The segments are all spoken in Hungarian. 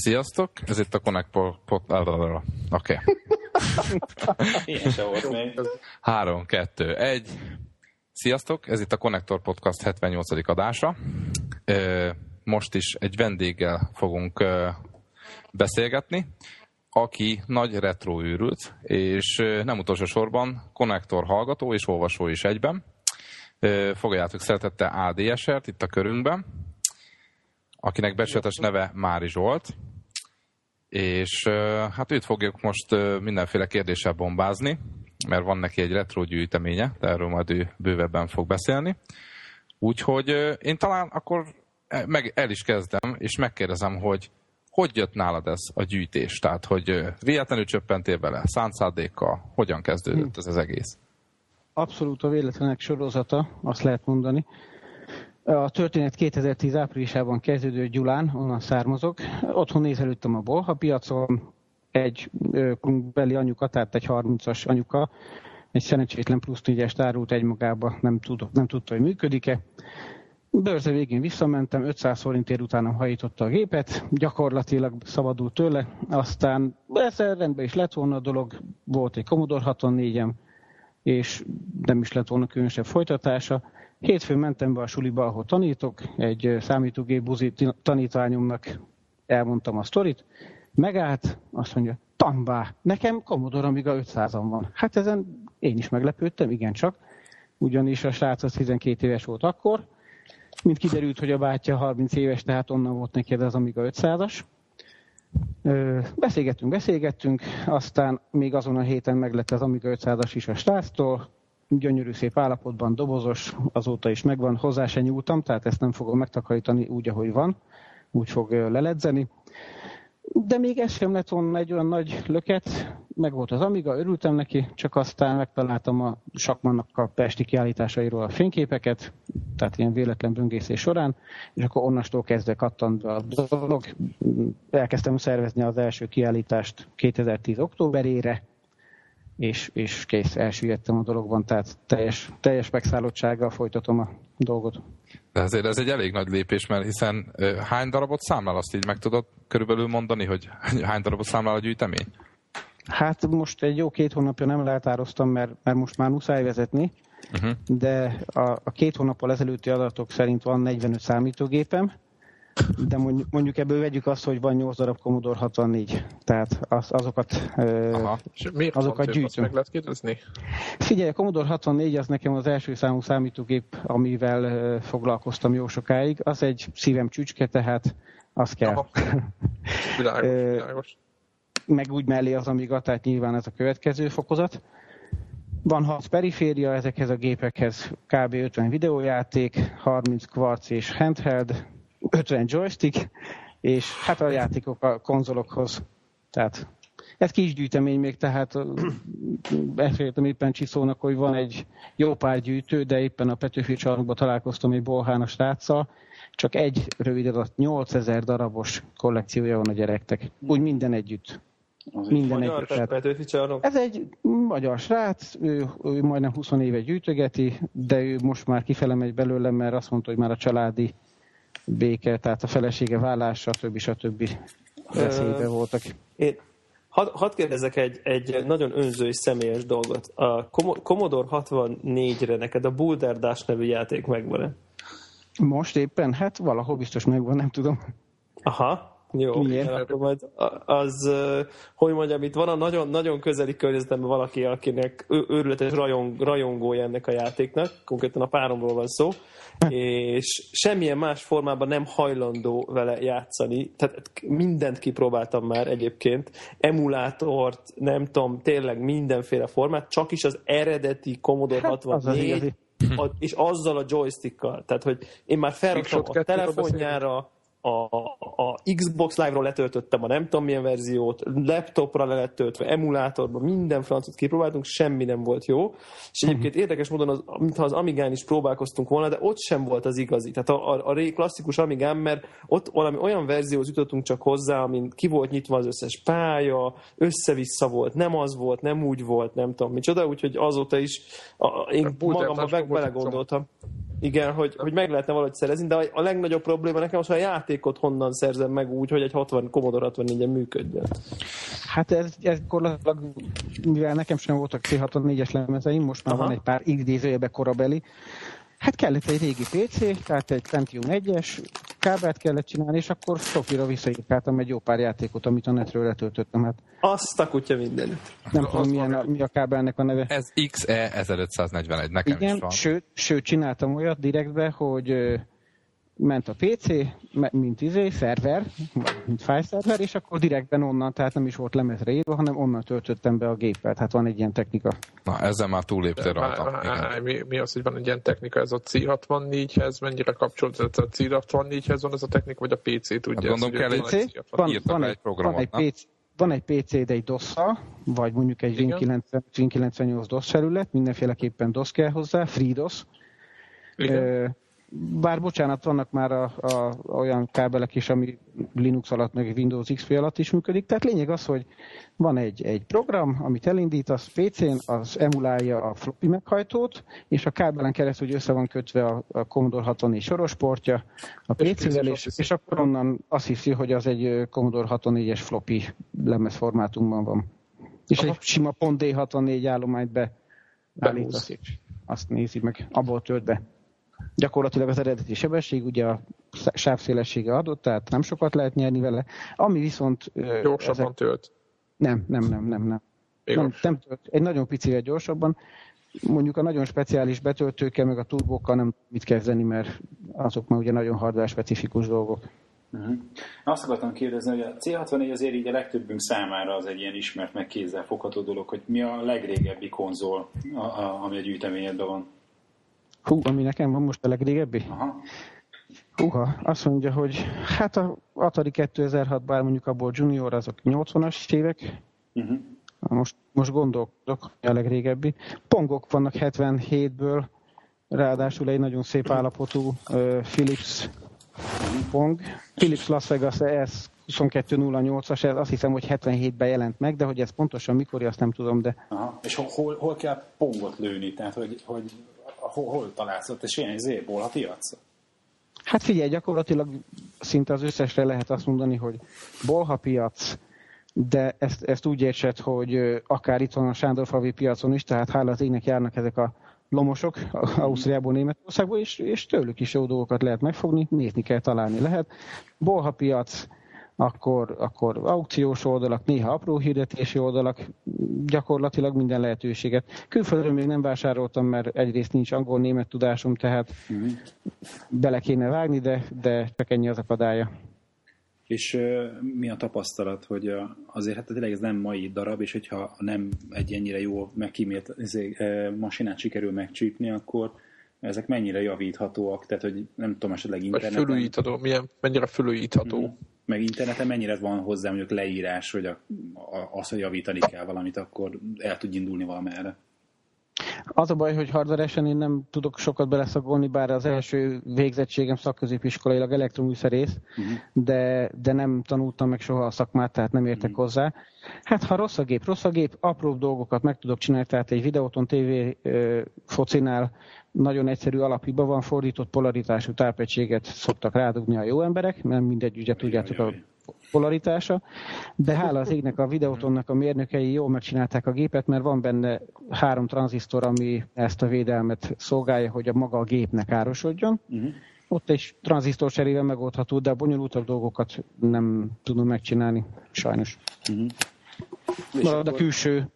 Sziasztok, ez itt a Connect Oké. Ilyen se volt még. 3, 2, 1. Sziasztok, ez itt a Connector Podcast 78. adása. Most is egy vendéggel fogunk beszélgetni, aki nagy retro őrült, és nem utolsó sorban Connector hallgató és olvasó is egyben. Fogadjátok szeretettel ADSR-t itt a körünkben, akinek becsületes neve Mári Zsolt, és hát őt fogjuk most mindenféle kérdéssel bombázni, mert van neki egy retro gyűjteménye, de erről majd ő bővebben fog beszélni. Úgyhogy én talán akkor el is kezdem, és megkérdezem, hogy jött nálad ez a gyűjtés? Tehát, hogy véletlenül csöppentél bele, szánt szándékkal, hogyan kezdődött ez az egész? Abszolút a véletlenek sorozata, azt lehet mondani. A történet 2010 áprilisában kezdődő Gyulán, onnan származok. Otthon nézelődtem a bolha piacon, egy beli anyuka, tehát egy 30-as anyuka, egy szerencsétlen plusz 4-est árult egymagába, nem tudta, hogy működik-e. Bőrze végén visszamentem, 500 forintért utánam hajította a gépet, gyakorlatilag szabadult tőle, aztán ezzel rendben is lett volna a dolog, volt egy Commodore 64-em, és nem is lett volna különösebb folytatása. Hétfőn mentem be a suliba, ahol tanítok, egy számítógép buzi tanítványomnak elmondtam a sztorit, megállt, azt mondja, tambá, nekem Commodore Amiga 500-am van. Hát ezen én is meglepődtem, igencsak, ugyanis a srác az 12 éves volt akkor, mint kiderült, hogy a bátyja 30 éves, tehát onnan volt neki az Amiga 500-as. Beszélgettünk, aztán még azon a héten meglett az Amiga 500-as is a sráctól, gyönyörű szép állapotban, dobozos, azóta is megvan, hozzá se nyúltam, tehát ezt nem fogom megtakarítani úgy, ahogy van, úgy fog leledzeni. De még ez sem lett volna egy olyan nagy löket, meg volt az Amiga, örültem neki, csak aztán megtaláltam a Sakmannak a pesti kiállításairól a fényképeket, tehát ilyen véletlen böngészés során, és akkor onnastól kezdve kattant a dolog. Elkezdtem szervezni az első kiállítást 2010. októberére, és kész, elsüllyedtem a dologban, tehát teljes megszállottsággal folytatom a dolgot. De azért ez egy elég nagy lépés, mert hiszen hány darabot számlál, azt így meg tudod körülbelül mondani, hogy hány darabot számlál a gyűjtemény? Hát most egy jó 2 hónapja nem leltároztam, mert most már muszáj vezetni, de a 2 hónappal ezelőtti adatok szerint van 45 számítógépem, de mondjuk ebből vegyük azt, hogy van 8 darab Commodore 64, tehát azokat gyűjtöm. Meg lehet kérdezni? Figyelj, a Commodore 64 az nekem az első számú számítógép, amivel foglalkoztam jó sokáig. Az egy szívem csücske, tehát az kell. Világos. Meg úgy mellé az Amiga, tehát nyilván ez a következő fokozat. Van 6 periféria ezekhez a gépekhez, kb. 50 videójáték, 30 kvarc és handheld, 50 joystick, és hát a játékok a konzolokhoz. Tehát ez kis gyűjtemény még, tehát beszéltem éppen Csiszónak, hogy van egy jó pár gyűjtő, de éppen a Petőfi csarnokban találkoztam egy bolhán a sráccal, csak egy rövid adat, 8000 darabos kollekciója van a gyereknek. Úgy minden együtt. Minden együtt. Petőfi csarnok? Ez egy magyar srác, ő majdnem 20 éve gyűjtögeti, de ő most már kifele megy belőlem, mert azt mondta, hogy már a családi béke, tehát a felesége vállása, stb. Veszélyben voltak. Hadd kérdezzek egy nagyon önző és személyes dolgot. A Commodore 64-re neked a Boulder Dash nevű játék megvan-e? Most éppen? Hát valahol biztos megvan, nem tudom. Aha. Jó, akkor majd az, hogy mondjam, itt van a nagyon, nagyon közeli környezetemben valaki, akinek őrületes rajongója ennek a játéknak, konkrétan a páromról van szó, és semmilyen más formában nem hajlandó vele játszani, tehát mindent kipróbáltam már egyébként, emulátort, nem tudom, tényleg mindenféle formát, csak is az eredeti Commodore 64, és azzal a joystickkal, tehát hogy én már felraktam a telefonjára, a Xbox Live-ról letöltöttem a nem tudom milyen verziót, laptopra le lett töltve, emulátorban, minden francot kipróbáltunk, semmi nem volt jó. És egyébként érdekes módon, mintha az Amigán is próbálkoztunk volna, de ott sem volt az igazi. Tehát a klasszikus Amigán, mert ott valami olyan verzióhoz jutottunk csak hozzá, amin ki volt nyitva az összes pálya, össze-vissza volt, nem az volt, nem úgy volt, nem tudom micsoda, úgyhogy azóta is én magamban belegondoltam. Igen, hogy meg lehetne valahogy szerezni, de a legnagyobb probléma nekem az, hogy a játékot honnan szerzem meg úgy, hogy egy Commodore 64-en működjön. Hát ez korlatilag, mivel nekem sem voltak C64-es lemezeim, most már van egy pár idézőjebe korabeli. Hát kellett egy régi PC, tehát egy Pentium 1-es, kábelt kellett csinálni, és akkor Sofira visszaírkáltam egy jó pár játékot, amit a netről letöltöttem. Hát azt a kutya mindenütt. Nem tudom, mi a kábelnek a neve. Ez XE1541, nekem igen, is van. Sőt, csináltam olyat direktbe, hogy ment a PC, mint szerver, mint file szerver, és akkor direktben onnan, tehát nem is volt lemezre írva, hanem onnan töltöttem be a gépet. Hát van egy ilyen technika. Na, ezzel már túlléptél rajta. Mi az, hogy van egy ilyen technika? Ez a C64-hez mennyire kapcsolt? A C64-hez van ez a technika, vagy a PC tudja? Hát gondolom kell egy programot, van egy PC, de egy DOS-szal, vagy mondjuk egy Win98 DOS felület, mindenféleképpen DOS kell hozzá, FreeDOS. Bár bocsánat, vannak már olyan kábelek is, ami Linux alatt, meg Windows XP alatt is működik. Tehát lényeg az, hogy van egy program, amit elindítasz PC-n, az emulálja a floppy meghajtót, és a kábelen keresztül össze van kötve a Commodore 64 soros portja a PC-vel, és akkor onnan azt hiszi, hogy az egy Commodore 64-es floppy lemezformátumban van. És egy sima .D64 állományt beállítasz, és azt nézi meg, abból tölt be. Gyakorlatilag az eredeti sebesség, ugye a sávszélessége adott, tehát nem sokat lehet nyerni vele. Ami viszont... Gyorsabban tölt. Nem. Nem tölt. Egy nagyon picivel gyorsabban. Mondjuk a nagyon speciális betöltőkkel, meg a turbókkal nem mit kezdeni, mert azok már ugye nagyon hardware specifikus dolgok. Azt akartam kérdezni, hogy a C64 azért így a legtöbbünk számára az egy ilyen ismert, meg kézzel fogható dolog, hogy mi a legrégebbi konzol, ami a gyűjteményedben van? Ami nekem van most a legrégebbi? Azt mondja, hogy hát a Atari 2006, bár mondjuk abból Junior, azok 80-as évek. Most gondolkodok, a legrégebbi. Pongok vannak 77-ből, ráadásul egy nagyon szép állapotú Philips Pong. Philips Las Vegas S2208-as, ez azt hiszem, hogy 77-ben jelent meg, de hogy ez pontosan mikor, azt nem tudom, de... És hol kell Pongot lőni? Tehát, hogy hol találsz ott, és ilyen zérból a piac? Hát figyelj, gyakorlatilag szinte az összesre lehet azt mondani, hogy bolhapiac, de ezt úgy értsed, hogy akár itt van a Sándorfalvi piacon is, tehát hála az égnek járnak ezek a lomosok Ausztriából, Németországból, és tőlük is jó dolgokat lehet megfogni, nézni kell, találni lehet. Bolhapiac, akkor aukciós oldalak, néha apró hirdetési oldalak, gyakorlatilag minden lehetőséget. Külföldről még nem vásároltam, mert egyrészt nincs angol-német tudásom, tehát bele kéne vágni, de csak ennyi az akadálya. És mi a tapasztalat, hogy azért hát tényleg ez nem mai darab, és hogyha nem egy ennyire jó megkímélt masinát sikerül megcsípni, akkor ezek mennyire javíthatóak? Tehát, hogy nem tudom, esetleg interneten... Vagy fölújítható, mennyire fölújítható? Meg interneten mennyire van hozzá mondjuk leírás, hogy az, hogy javítani kell valamit, akkor el tud indulni valamerre. Az a baj, hogy hardveresen én nem tudok sokat beleszagolni, bár az első végzettségem szakközépiskolailag elektroműszerész, de nem tanultam meg soha a szakmát, tehát nem értek hozzá. Hát ha rossz a gép, apróbb dolgokat meg tudok csinálni, tehát egy videóton TV focinál nagyon egyszerű alaphiba van, fordított polaritású tápegységet szoktak rádugni a jó emberek, nem mindegy, ugye tudjátok a polaritása, de hála az égnek a videótonnak a mérnökei jól megcsinálták a gépet, mert van benne 3 tranzisztor, ami ezt a védelmet szolgálja, hogy a maga a gép ne károsodjon. Ott egy tranzisztor cserével megoldható, de a bonyolultabb dolgokat nem tudom megcsinálni, sajnos. Marad a külsőleges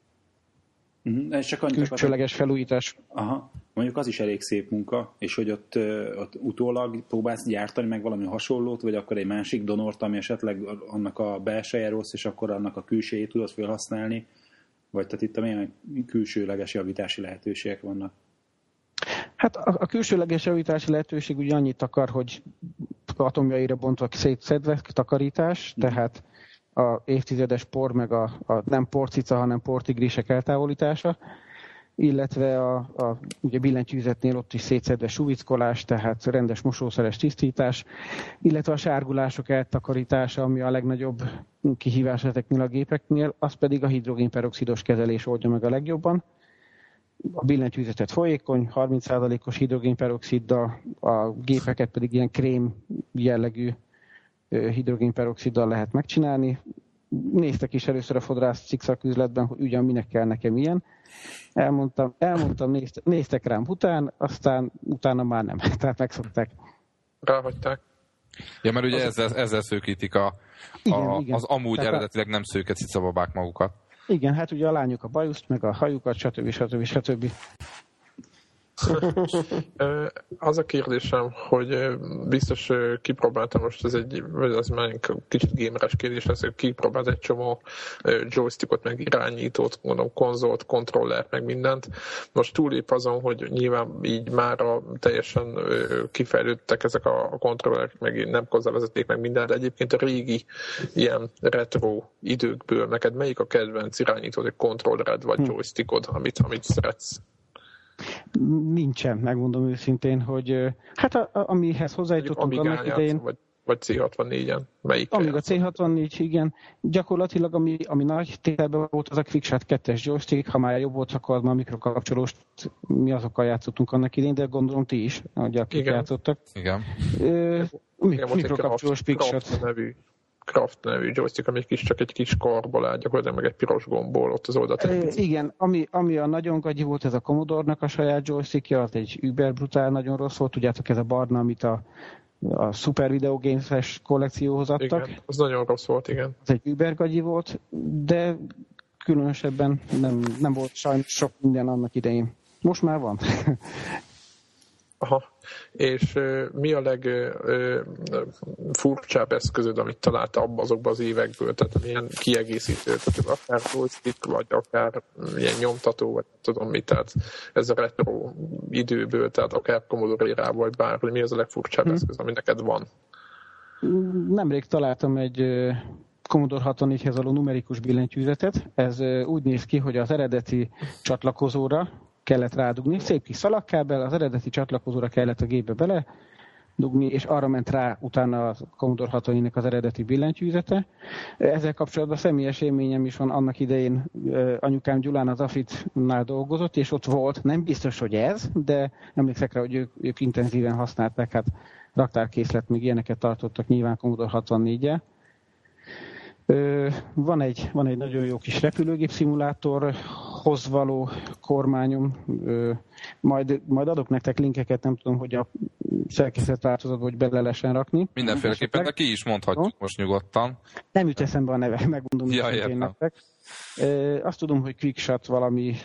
felújítás. Aha. Mondjuk az is elég szép munka, és hogy ott utólag próbálsz gyártani meg valami hasonlót, vagy akkor egy másik donort, ami esetleg annak a belseje rossz, és akkor annak a külsejét tudod felhasználni, vagy tehát itt milyen külsőleges javítási lehetőségek vannak? Hát a külsőleges javítási lehetőség ugye annyit akar, hogy atomjaira bontva szétszedve takarítás, tehát a évtizedes por, meg a nem porcica, hanem portigrisek eltávolítása, illetve ugye billentyűzetnél ott is szétszedve suvickolás, tehát rendes mosószeres tisztítás, illetve a sárgulások eltakarítása, ami a legnagyobb kihívás ezeknél a gépeknél, az pedig a hidrogénperoxidos kezelés oldja meg a legjobban. a billentyűzetet folyékony, 30%-os hidrogénperoxiddal, a gépeket pedig ilyen krém jellegű hidrogénperoxiddal lehet megcsinálni. Néztek is először a fodrász cikszaküzletben, hogy ugyan minek kell nekem ilyen. Elmondtam, néztek rám aztán utána már nem. Tehát megszokták. Ráhagyták. Ja, mert ugye ezzel szőkítik igen. Az amúgy tehát eredetileg nem szőke cicababák magukat. Igen, hát ugye a lányok a bajuszt, meg a hajukat, stb. Az a kérdésem, hogy biztos kipróbáltam most, ez már kicsit gameres kérdés lesz, hogy kipróbált egy csomó joystickot, meg irányítót, mondom, konzolt, kontrollert, meg mindent. Most túlép azon, hogy nyilván így már teljesen kifejlődtek ezek a kontrollerek, meg nem konzolvezeték, meg minden, de egyébként a régi ilyen retro időkből neked melyik a kedvenc irányítód, egy kontrollered vagy joystickod, amit szeretsz? Nincsen, megmondom őszintén, hogy hát amihez hozzájutottunk annak idején... Vagy C64-en? Melyik? Amiga C64, igen. Gyakorlatilag, ami nagy tételben volt, az a QuickShot 2-es joystick, ha már jobb volt, akkor már mikrokapcsolóst mi azokkal játszottunk annak idején, de gondolom ti is, ahogy akik játszottak. Igen. Mikrokapcsolós QuickShot. Craft nevű joystick, ami csak egy kis karból áll, gyakorlatilag meg egy piros gombból ott az oldalt. Igen, ami a nagyon gagyi volt, ez a Commodore-nak a saját joystickja, az egy über brutál, nagyon rossz volt, tudjátok, ez a barna, amit a Super Video Games-es kollekcióhoz adtak. Igen, az nagyon rossz volt, igen. Az egy über gagyi volt, de különösebben nem volt sajnos sok minden annak idején. Most már van. Aha. És mi a legfurcsább eszközöd, amit találta azokban az évekből? Tehát milyen kiegészítő, tehát akár joystick, vagy akár ilyen nyomtató, vagy tudom mit, tehát ez a retro időből, tehát akár Commodore-rá, vagy bárhogy, mi az a legfurcsább eszköz, ami neked van? Nemrég találtam egy Commodore 64-hez való numerikus billentyűzetet. Ez úgy néz ki, hogy az eredeti csatlakozóra kellett rádugni, szép kis szalagkábel, az eredeti csatlakozóra kellett a gépbe bele dugni, és arra ment rá utána a Commodore 64-nek az eredeti billentyűzete. Ezzel kapcsolatban személyes élményem is van, annak idején anyukám Gyulán az Afit-nál dolgozott, és ott volt, nem biztos, hogy ez, de emlékszek rá, hogy ők intenzíven használták, hát raktárkészlet, még ilyeneket tartottak nyilván Commodore 64-jel. Van egy nagyon jó kis repülőgép szimulátorhoz való kormányom, majd adok nektek linkeket, nem tudom, hogy a szerkesztett változatba, hogy bele lehessen rakni. Mindenféleképpen, de ki is mondhatjuk most nyugodtan. Nem jut eszembe a neve, megmondom őszintén nektek. Azt tudom, hogy QuickShot valami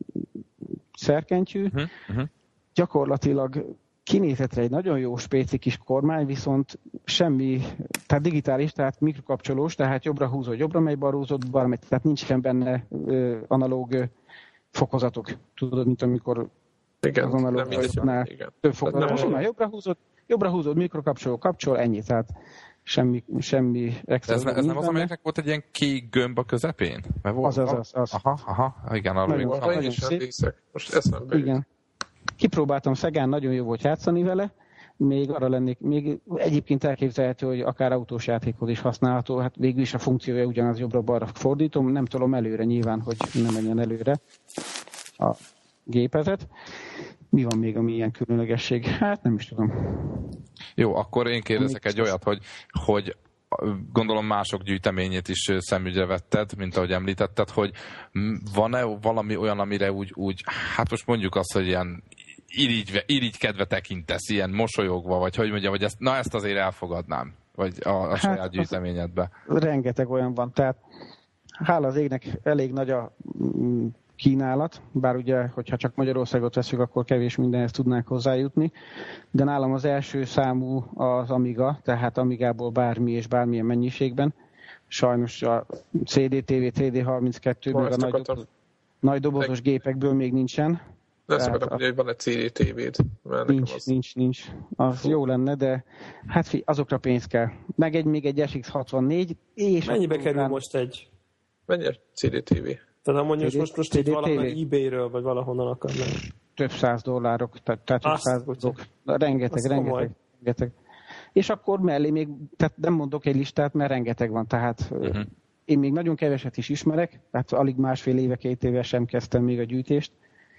szerkentyű. Gyakorlatilag kinézetre egy nagyon jó spéci kis kormány, viszont semmi, tehát digitális, tehát mikrokapcsolós, tehát jobbra húzod, jobbra megy, balra húzod, balra megy, tehát nincsen benne analóg fokozatok. Tudod, mint amikor igen, az analógnál több fokozat. Jobbra húzod, mikrokapcsoló, kapcsol, ennyi, tehát semmi extra. Ez nem az, amelyeknek volt egy ilyen kék gömb a közepén? Az. Aha, igen, arra még van. Nagyon szép. Most eszembe igen. Kipróbáltam Szegán, nagyon jó volt játszani vele, még egyébként elképzelhető, hogy akár autós játékhoz is használható, hát végül is a funkciója ugyanaz, jobbra-balra fordítom, nem tolom előre nyilván, hogy nem menjen előre a gépezet. Mi van még, ami ilyen különlegesség? Hát nem is tudom. Jó, akkor én kérdezek egy olyat, hogy gondolom mások gyűjteményét is szemügyre vetted, mint ahogy említetted, hogy van-e valami olyan, amire úgy hát most mondjuk azt, hogy ilyen irigykedve tekintesz, ilyen mosolyogva, vagy hogy mondjam, hogy ezt azért elfogadnám, vagy a saját gyűjteményedbe. Rengeteg olyan van, tehát hála az égnek elég nagy a kínálat, bár ugye, hogyha csak Magyarországot veszünk, akkor kevés mindenhez tudnánk hozzájutni, de nálam az első számú az Amiga, tehát Amigából bármi és bármilyen mennyiségben. Sajnos a CD-TV, CD32, meg a nagy dobozos gépekből még nincsen. De ezt akartam, hogy van egy CD-TV-d. Nincs. Az jó lenne, de hát azokra pénz kell. Még egy SX64. És mennyibe kerül most egy? Mennyi a CD-TV? Tehát mondjuk most így valahol eBay-ről, vagy valahonnan akarnám. Több $100, tehát több $100. Rengeteg. És akkor mellé még, tehát nem mondok egy listát, mert rengeteg van, tehát én még nagyon keveset is ismerek, tehát alig másfél éve, 2 éve sem kezdtem még a gyűjtést,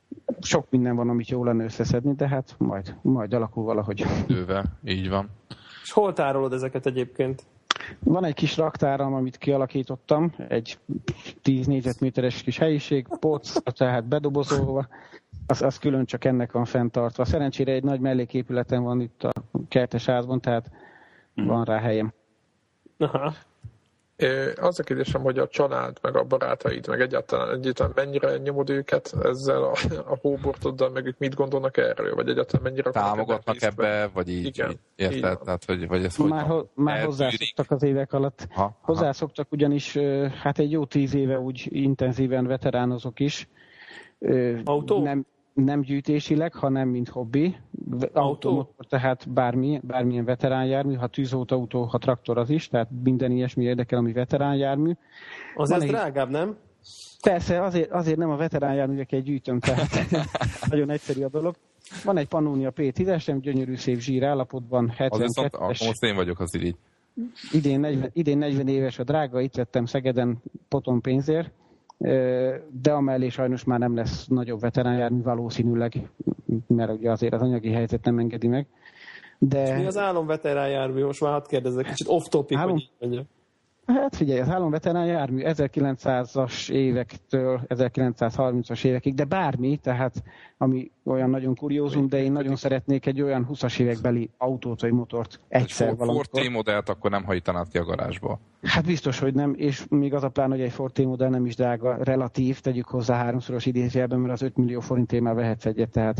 sok minden van, amit jól lenne összeszedni, de hát majd alakul valahogy. Idővel, így van. És hol tárolod ezeket egyébként? Van egy kis raktáram, amit kialakítottam, egy 10 négyzetméteres kis helyiség, polc, tehát bedobozolva, az külön csak ennek van fenntartva. Szerencsére egy nagy melléképületen van itt a kertesházban, tehát van rá helyem. Aha. Az a kérdésem, hogy a család, meg a barátaid, meg egyáltalán mennyire nyomod őket ezzel a hóbortoddal, meg ők mit gondolnak erről, vagy egyáltalán mennyire támogatnak ebbe, vagy így, igen, érted? Tehát, vagy ez már hozzászoktak az évek alatt. Hozzászoktak, ugyanis hát egy jó 10 éve úgy intenzíven veteránozok is. Autó? Nem gyűjtésileg, hanem mint hobbi. Automotor, tehát bármilyen veteránjármű, ha tűzoltóautó, ha traktor az is, tehát minden ilyesmi érdekel, ami veteránjármű. Az drágább, nem? Persze, azért nem a veteránjárműveket gyűjtöm, tehát nagyon egyszerű a dolog. Van egy Pannonia P10-esem, gyönyörű szép zsír állapotban, 72-es. Most én vagyok az így. Idén 40 éves a drága, itt vettem Szegeden poton pénzért, de amellé sajnos már nem lesz nagyobb veteránjármű valószínűleg, mert ugye azért az anyagi helyzet nem engedi meg. De... Mi az álomveteránjármű? Most már hadd kérdezzek, kicsit off-topic, hogy így mondja. Hát figyelj, az álomveteránjármű 1900-as évektől 1930-as évekig, de bármi, tehát ami olyan nagyon kuriózum, de én nagyon szeretnék egy olyan 20-as évekbeli autót vagy motort egyszer valamikor. Ford T-modellt akkor nem hajítanád ki a garázsba? Hát biztos, hogy nem, és még az a plán, hogy egy Ford T-modell nem is drága, relatív, tegyük hozzá 3-szoros idézőjelben, mert az 5 millió forintért már vehetsz egyet, tehát...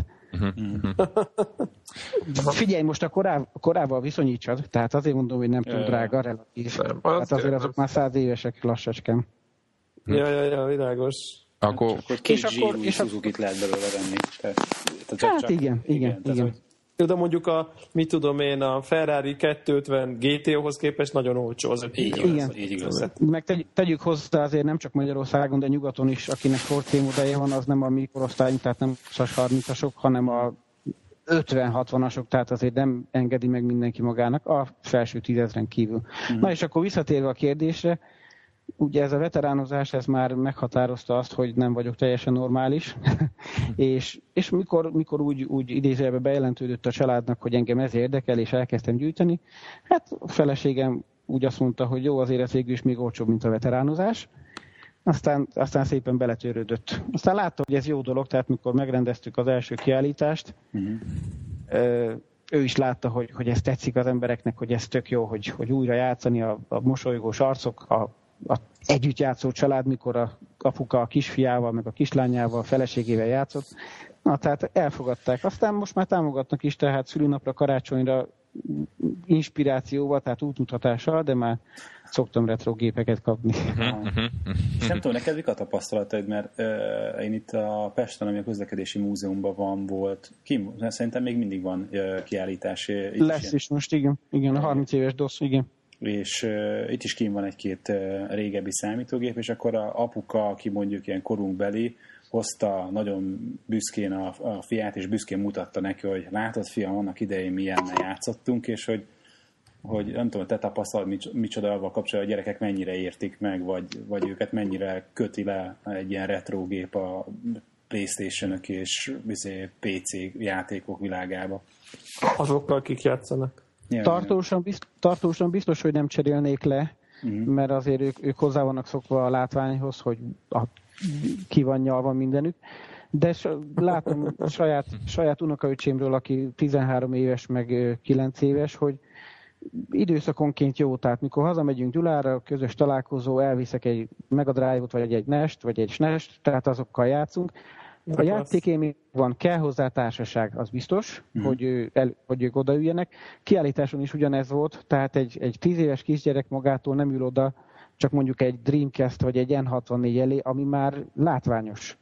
Figyelj, most a korával viszonyítsad, tehát azért mondom, hogy nem túl drága, relatív. Hát azért azok már 100 évesek lassacskán. Ja, világos. Akkor két zsírúj Suzuki-t lehet belőle venni. Hát igen. De mondjuk a Ferrari 250 GTO-hoz képest nagyon olcsó az. Így igaz. Meg tegyük hozzá azért nem csak Magyarországon, de nyugaton is, akinek Ford T-modellje van, az nem a mi korosztályunk, tehát nem 20-30-asok, hanem a 50-60-asok, tehát azért nem engedi meg mindenki magának a felső 10 000-en kívül. Na és akkor visszatérve a kérdésre, ugye ez a veteránozás, ez már meghatározta azt, hogy nem vagyok teljesen normális, és mikor úgy idézőjelben bejelentődött a családnak, hogy engem ez érdekel, és elkezdtem gyűjteni, hát a feleségem úgy azt mondta, hogy jó, azért ez végül is még olcsóbb, mint a veteránozás. Aztán szépen beletörődött. Aztán látta, hogy ez jó dolog, tehát mikor megrendeztük az első kiállítást, ő is látta, hogy ez tetszik az embereknek, hogy ez tök jó, hogy újra játszani a mosolygós arcok, a együtt játszó család, mikor a apuka a kisfiával, meg a kislányával, a feleségével játszott. Na, tehát elfogadták. Aztán most már támogatnak is, tehát szülinapra, karácsonyra inspirációval, tehát útmutatással, de már szoktam retro gépeket kapni. És nem tudom, neked mik a tapasztalataid, mert én itt a Pesten, ami a közlekedési múzeumban volt, szerintem még mindig van kiállítás. Lesz is most, igen, a 30 éves DOS, igen. És itt is kín van egy-két régebbi számítógép, és akkor a apuka, aki mondjuk ilyen korunkbeli, hozta nagyon büszkén a fiát, és büszkén mutatta neki, hogy látod, fiam, annak idején mi ilyennel játszottunk, és hogy nem tudom, te tapasztalod, micsoda avval kapcsolatban, a gyerekek mennyire értik meg, vagy őket mennyire köti le egy ilyen retrogép a PlayStation-ök és PC játékok világába. Azokkal kik játszanak? Tartósan biztos, hogy nem cserélnék le, mert azért ők hozzá vannak szokva a látványhoz, hogy ki van nyalva mindenük. De látom saját unokaöcsémről, aki 13 éves, meg 9 éves, hogy időszakonként jó, tehát mikor hazamegyünk Gyulára, közös találkozó, elviszek egy Mega Drive-ot, vagy egy NES-t, vagy egy SNES-t, tehát azokkal játszunk. A játékélmény van, kell hozzá társaság, az biztos, hogy ők odaüljenek. Kiállításon is ugyanez volt, tehát egy 10 éves kisgyerek magától nem ül oda, csak mondjuk egy Dreamcast vagy egy N64 elé, ami már látványos.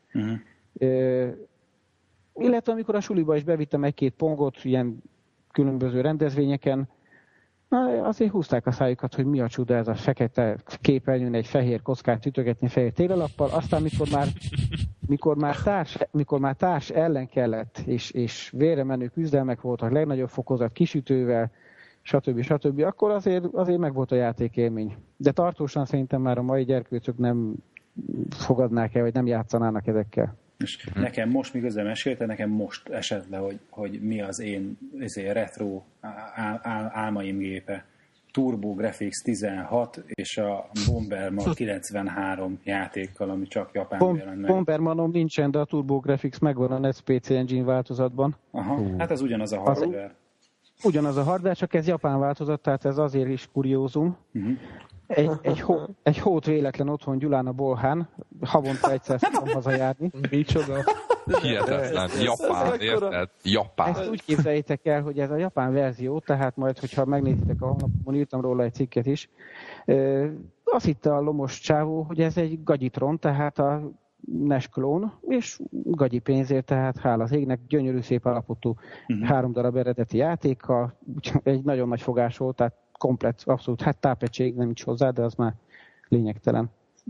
Illetve amikor a suliba is bevittem egy-két pongot, ilyen különböző rendezvényeken, azért húzták a szájukat, hogy mi a csuda ez a fekete képernyőn egy fehér kockát ütögetni fehér télalappal, aztán mikor már társ ellen kellett, és vérre menő küzdelmek voltak, legnagyobb fokozat kisütővel, stb. Akkor azért meg volt a játékélmény. De tartósan szerintem már a mai gyerkőcök nem fogadnák el, vagy nem játszanának ezekkel. És nekem most, miközben mesélte, nekem most esett le, hogy mi az én retro álmaim gépe. TurboGrafx 16 és a Bomberman 93 játékkal, ami csak Japánban jelent meg. Bombermanom nincsen, de a TurboGrafx megvan a NetSpace Engine változatban. Aha, hát ez ugyanaz a hardware. Ugyanaz a hardware, csak ez japán változat, tehát ez azért is kuriózum. Egy hót véletlen otthon Gyulán a Bolhán, havonta egyszer szoktam hazajárni. Micsoda? Hihetetlen. Japán, érted? Japán. Ezt úgy képzeljétek el, hogy ez a japán verzió, tehát majd, hogyha megnézitek a honlapon, írtam róla egy cikket is, azt hitte a lomos csávó, hogy ez egy gagyitron, tehát a NES klón, és gagyi pénzért, tehát hála az égnek, gyönyörű szép állapotú 3 darab eredeti játékkal, egy nagyon nagy fogás volt, tehát komplett, abszolút, hát tápegység nem is hozzá, de az már lényegtelen.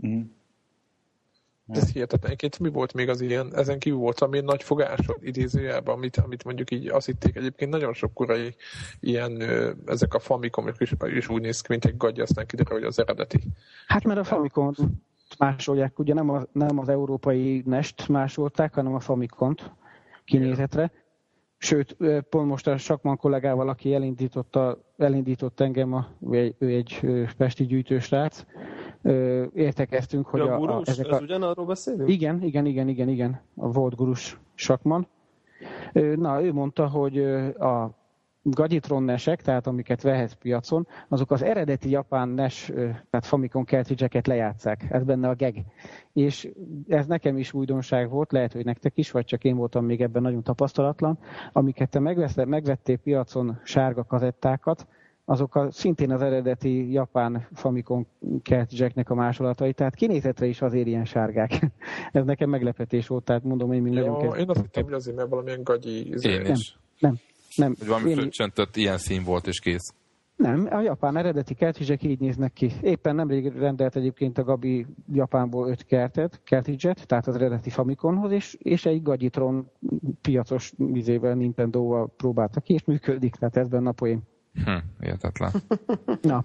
Ez hihetetlen. Egyébként mi volt még az ilyen, ezen kívül volt ami nagy fogásod idézőjelben, amit mondjuk így azt hitték egyébként nagyon sok korai ilyen, ezek a Famicom is úgy néz ki, mint egy gagy, aztán kiderül, hogy az eredeti. Hát mert a Famicom másolják, ugye nem az európai NES-t másolták, hanem a Famicom-t kinézetre. Sőt, pont most a Sakman kollégával, aki elindított engem, ő egy pesti gyűjtősrác, értekeztünk, hogy a gurus, ez ugyanarról beszélünk? Igen, a volt gurus Sakman. Na, ő mondta, hogy a Gagyitron NES-ek, tehát amiket vehetsz piacon, azok az eredeti japán NES, tehát Famicom cartridge-eket lejátszák. Ez benne a gag. És ez nekem is újdonság volt, lehet, hogy nektek is, vagy csak én voltam még ebben nagyon tapasztalatlan. Amiket te megvettél piacon sárga kazettákat, azok szintén az eredeti japán Famicom cartridge-eknek a másolatai, tehát kinézetre is azért ilyen sárgák. Ez nekem meglepetés volt, tehát mondom, én még nagyon kezdtem. Én azt hittem, hogy azért, mert valamilyen gagyi... Én is. Nem. Hogy valami fröccsöntött, ilyen szín volt és kész. Nem, a japán eredeti cartridge-ek így néznek ki. Éppen nemrég rendelt egyébként a Gabi Japánból 5 cartridge-et, tehát az eredeti Famicomhoz, és egy Gagyitron piacos vizével, Nintendo-val próbáltak ki, és működik, tehát ez benne a poém. Értetlen. Na.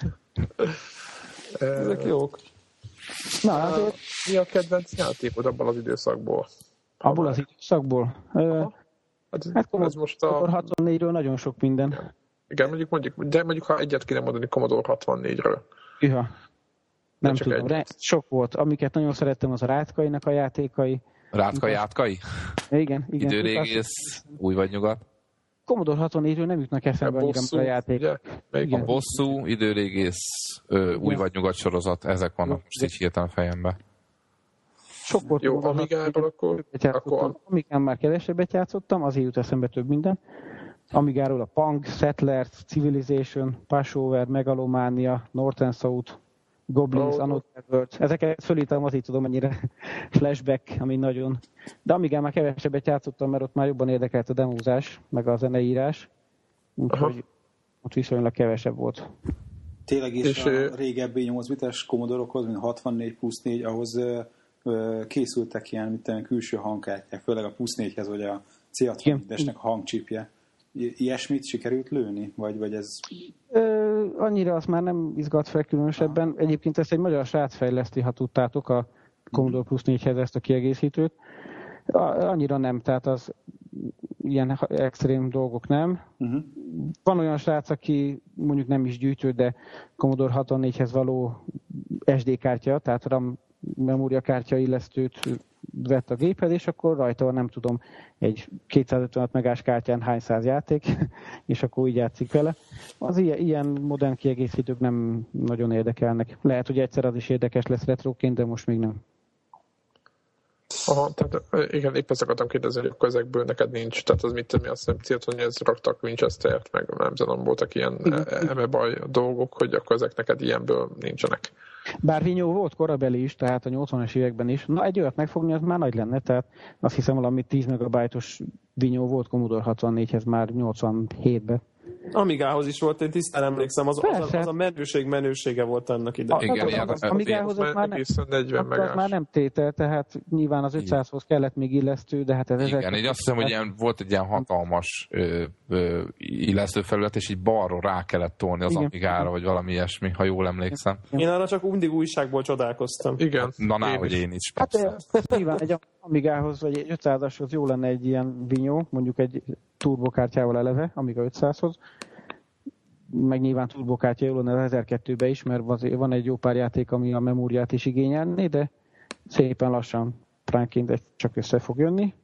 Ezek jók. Na, azért... Mi a kedvenc játékod abban az időszakból? Abból az időszakból? Hát ez most a... 64-ről nagyon sok minden. Igen, mondjuk ha egyet kéne mondani Commodore 64-ről. Üha. Nem tudom, sok volt. Amiket nagyon szerettem, az a Rátkainak a játékai. Rátkai? Igen. Időrégész, új vagy nyugat? Commodore 64-ről nem jutnak eszembe annyira a játék. A bosszú, időrégész, új vagy nyugat sorozat, ezek vannak most így hirtelen a fejembe. Sok volt. Jó, Amigáról akkor... Amigán már kevesebbet játszottam, azért jut eszembe több minden. Amigáról a Punk, Settlers, Civilization, Passover, Megalomania, North and South, Goblins, Another Worlds. Ezeket fölítem, azért tudom, mennyire flashback, ami nagyon... De amíg már kevesebbet játszottam, mert ott már jobban érdekelt a demózás, meg a zeneírás. Úgyhogy ott viszonylag kevesebb volt. Tényleg is a régebbi 8 bites Commodore-okhoz, mint 64 plusz 4, ahhoz készültek ilyen külső hangkártyák, főleg a plusz 4-hez, vagy a C64-esnek a hangcsipje. Ilyesmit sikerült lőni? Vagy ez... Annyira azt már nem izgat fel különösebben. Egyébként ezt egy magyar srác fejleszti, ha tudtátok, a Commodore Plus 4-hez ezt a kiegészítőt. Annyira nem, tehát az ilyen extrém dolgok nem. Van olyan srác, aki mondjuk nem is gyűjtő, de Commodore 64-hez való SD kártya, tehát RAM memóriakártya illesztőt vett a géphez, és akkor rajta nem tudom, egy 256 megás kártyán hány száz játék, és akkor így játszik vele. Az ilyen modern kiegészítők nem nagyon érdekelnek. Lehet, hogy egyszer az is érdekes lesz retroként, de most még nem. Aha, tehát igen, épp ezt akartam kérdezni, hogy akkor ezekből neked nincs, tehát az mit tenni, azt nem célt, hogy ez raktak Winchester-t, meg nem tudom, voltak ilyen emebaj dolgok, hogy akkor ezek neked ilyenből nincsenek. Bár vinyó volt korabeli is, tehát a 80-as években is. Na, egy olyat megfogni, az már nagy lenne, tehát azt hiszem valami 10 megabájtos vinyó volt Commodore 64-hez már 87-ben. Amigához is volt, én tisztán emlékszem, az a menősége volt annak idején. Igen, az Amigához már nem tétel, tehát nyilván az 500-hoz kellett még illesztő, de hát ez... Igen, én azt hiszem, hogy volt egy ilyen hatalmas illesztőfelület, és így balról rá kellett tolni az Amigára, vagy valami ilyesmi, ha jól emlékszem. Én arra csak mindig újságból csodálkoztam. Igen. Na, hogy én is. Hát nyilván egy Amigához, vagy egy 500-ashoz jó lenne egy ilyen vinyó, mondjuk egy turbokártyával eleve, Amiga 500-hoz. Meg nyilván turbokártya jó lenne az 1002-be is, mert van egy jó pár játék, ami a memóriát is igényelni, de szépen lassan pránként csak össze fog jönni.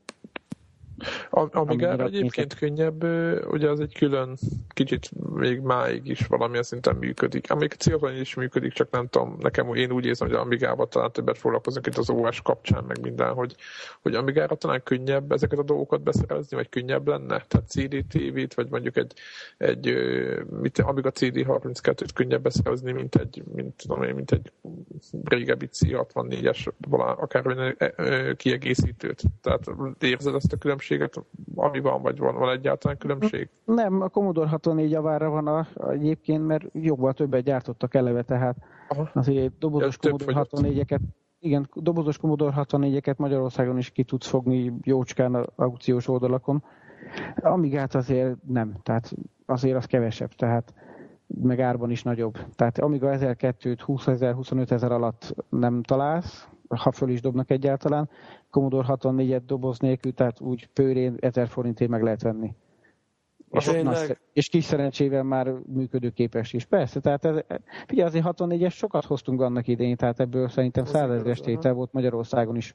Amigára egyébként könnyebb, ugye az egy külön, kicsit még máig is valamilyen szinten működik. Amíg célban is működik, csak nem tudom, én úgy érzem, hogy Amigában talán többet foglalkoznak itt az OS kapcsán, meg minden, hogy Amigára talán könnyebb ezeket a dolgokat beszerezni, vagy könnyebb lenne? Tehát CD-TV-t, vagy mondjuk egy Amiga CD32-t könnyebb beszerezni, mint egy régebbi C64-es, akár kiegészítőt. Tehát érzed ezt a különbséget, ami van, vagy van egyáltalán különbség? Nem, a Commodore 64 javára van egyébként, mert jobban többet gyártottak eleve, tehát azért dobozos Commodore 64-eket dobozos Commodore 64-eket Magyarországon is ki tudsz fogni jócskán az aukciós oldalakon. Amigát azért nem, tehát azért az kevesebb, tehát meg árban is nagyobb. Tehát Amiga 1002-t 20 000, 25 000 alatt nem találsz, ha föl is dobnak egyáltalán. Commodore 64-et doboz nélkül, tehát úgy pőrén 1000 forintért meg lehet venni. És kis szerencsével már működőképes is. Persze, tehát figyelj, azért 64-es sokat hoztunk annak idején, tehát ebből szerintem 100 000-es tétel volt Magyarországon is.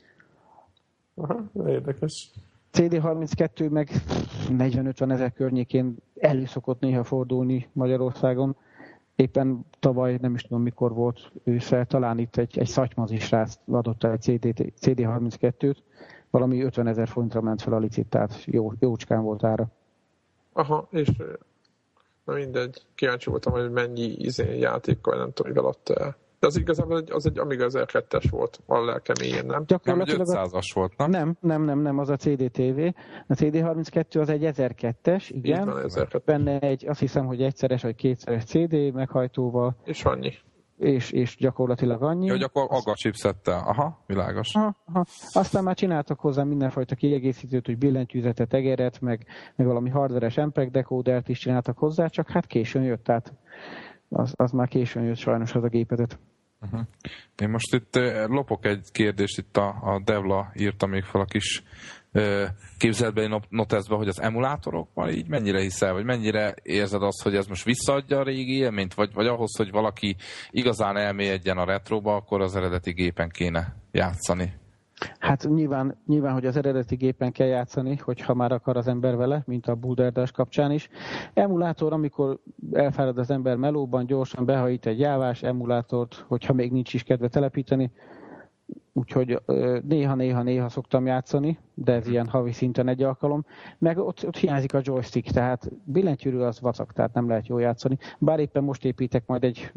Aha, érdekes. CD32 meg 40-50 000 környékén elő-szokott néha fordulni Magyarországon. Éppen tavaly, nem is tudom mikor volt ősszel, talán itt egy szatymazi srác adott el egy CD32-t, valami 50 000 forintra ment fel a licit, tehát jócskán volt ára. Aha, és na mindegy, kíváncsi voltam, hogy mennyi játékkal, nem tudom, mivel adta el. De az igazából az egy Amiga 1002-es volt, a lelkeményén, nem? Gyakorlatilag 500-as volt, nem? Nem, az a CD-TV. A CD32 az egy 1002-es, igen. Van, 1002. Benne azt hiszem, hogy egyszeres vagy kétszeres CD meghajtóval. És annyi. És gyakorlatilag annyi. Hogy akkor AGA chipsettel. Aha, világos. Aha. Aztán már csináltak hozzá mindenfajta kiegészítőt, hogy billentyűzetet, egeret, meg valami hardveres MPEG decodert is csináltak hozzá, csak hát későn jött, tehát az már későn jött sajnos az a gépezet. Uh-huh. Én most itt lopok egy kérdést, itt a Devla írta még fel a kis képzeletbeli noteszbe, hogy az emulátorokban így mennyire hiszel, vagy mennyire érzed azt, hogy ez most visszaadja a régi élményt, vagy ahhoz, hogy valaki igazán elmélyedjen a retróba, akkor az eredeti gépen kéne játszani? Hát nyilván, hogy az eredeti gépen kell játszani, hogyha már akar az ember vele, mint a Bulderdás kapcsán is. Emulátor, amikor elfárad az ember melóban, gyorsan behajít egy jávás emulátort, hogyha még nincs is kedve telepíteni. Úgyhogy néha szoktam játszani, de ez ilyen havi szinten egy alkalom. Meg ott hiányzik a joystick, tehát billentyűről az vacak, tehát nem lehet jól játszani. Bár éppen most építek majd egy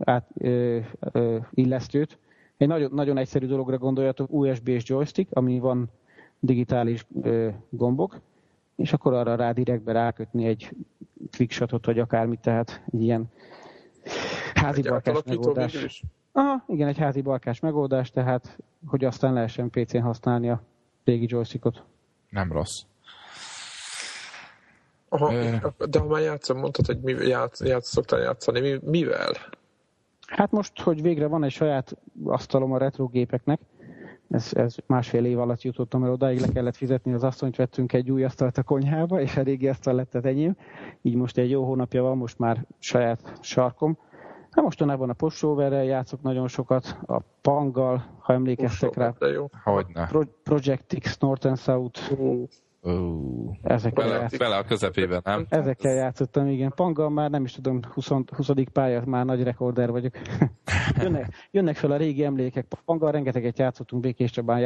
illesztőt. Egy nagyon egyszerű dologra gondoljatok, USB-s joystick, ami van digitális gombok, és akkor arra rá direktbe rákötni egy quickshotot, vagy akármit, tehát egy ilyen házi balkás megoldás. Aha, igen, egy házi balkás megoldás, tehát hogy aztán lehessen PC-n használni a régi joystickot. Nem rossz. Aha, de ha már játszom, mondtad, hogy szoktál játszani, mivel? Hát most, hogy végre van egy saját asztalom a retro gépeknek, ez 1,5 év alatt jutottam el odáig, le kellett fizetni az asszonyt, vettünk egy új asztalt a konyhába, és a régi asztal lett az enyém. Így most egy jó hónapja van, most már saját sarkom. Hát mostanában a Pushoverrel játszok nagyon sokat, a Panggal, ha emlékeztek rá. Hogyne. Project X, North and South. Bele a közepében, nem? Ezekkel játszottam, igen. Panggal már nem is tudom, 20. pálya, már nagy rekorder vagyok. jönnek fel a régi emlékek. Panggal rengeteget játszottunk Békés Csabán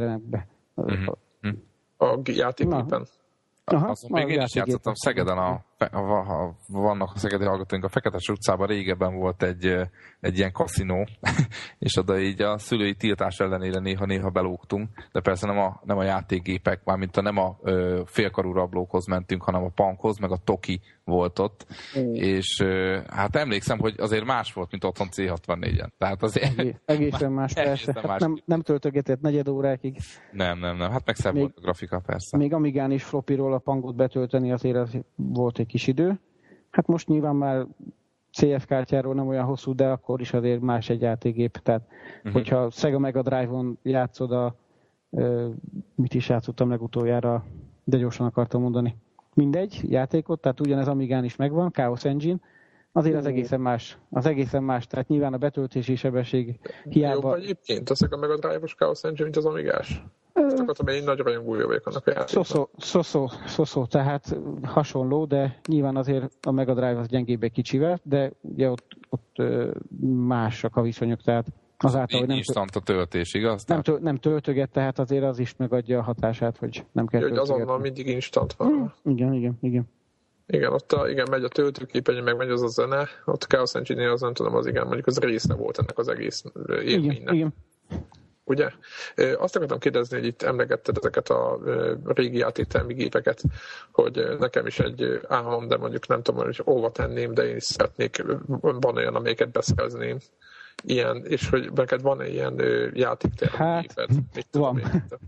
játékterenekbe. A játékképen? Aha, még én is játszottam Szegeden a vannak a szegedi hallgatóink, a Feketes utcában régebben volt egy ilyen kaszinó, és oda így a szülői tiltás ellenére néha belógtunk, de persze nem a játékgépek, mármint nem a félkarú rablókhoz mentünk, hanem a Punkhoz, meg a Toki volt ott, és hát emlékszem, hogy azért más volt, mint otthon C64-en. Tehát azért... Egészen más, persze. Hát nem töltögetett negyed órákig. Nem. Hát meg szebb volt a grafika, persze. Még Amigán is floppyról a Punkot betölteni azért az volt egy kis idő. Hát most nyilván már CF kártyáról nem olyan hosszú, de akkor is azért más egy játékgép. Tehát, hogyha Sega Mega Drive-on játszod mit is játszottam legutoljára, de gyorsan akartam mondani. Mindegy, játékot, tehát ugyanez Amigán is megvan, Chaos Engine, azért az egészen más, tehát nyilván a betöltési sebesség hiába... Jobb egyébként, a Sega Mega Drive-os Chaos Engine, mint az Amigás? Azt akartam, én nagy rajongója vagyok annak a játéknak. Szó, tehát hasonló, de nyilván azért a Mega Drive az gyengébb egy kicsivel, de ugye ott másak a viszonyok, tehát azáltal, hogy instant a töltés, igaz? Nem töltöget, tehát azért az is megadja a hatását, hogy nem kell töltögetni. Hogy azonnal mindig instant van. Igen. Igen, ott megy a töltőképernyő, meg megy az a zene, ott Chaos Engine-nél az nem tudom, az igen, mondjuk az része volt ennek az egész élménynek. Igen. Ugye? Azt akartam kérdezni, hogy itt emlegetted ezeket a régi játéktermi gépeket, hogy nekem is egy álmom, de mondjuk nem tudom, hogy hova tenném, de én is szeretnék, van olyan, amelyiket beszerezném. Ilyen, és hogy neked van-e ilyen játéktermi géped? Van.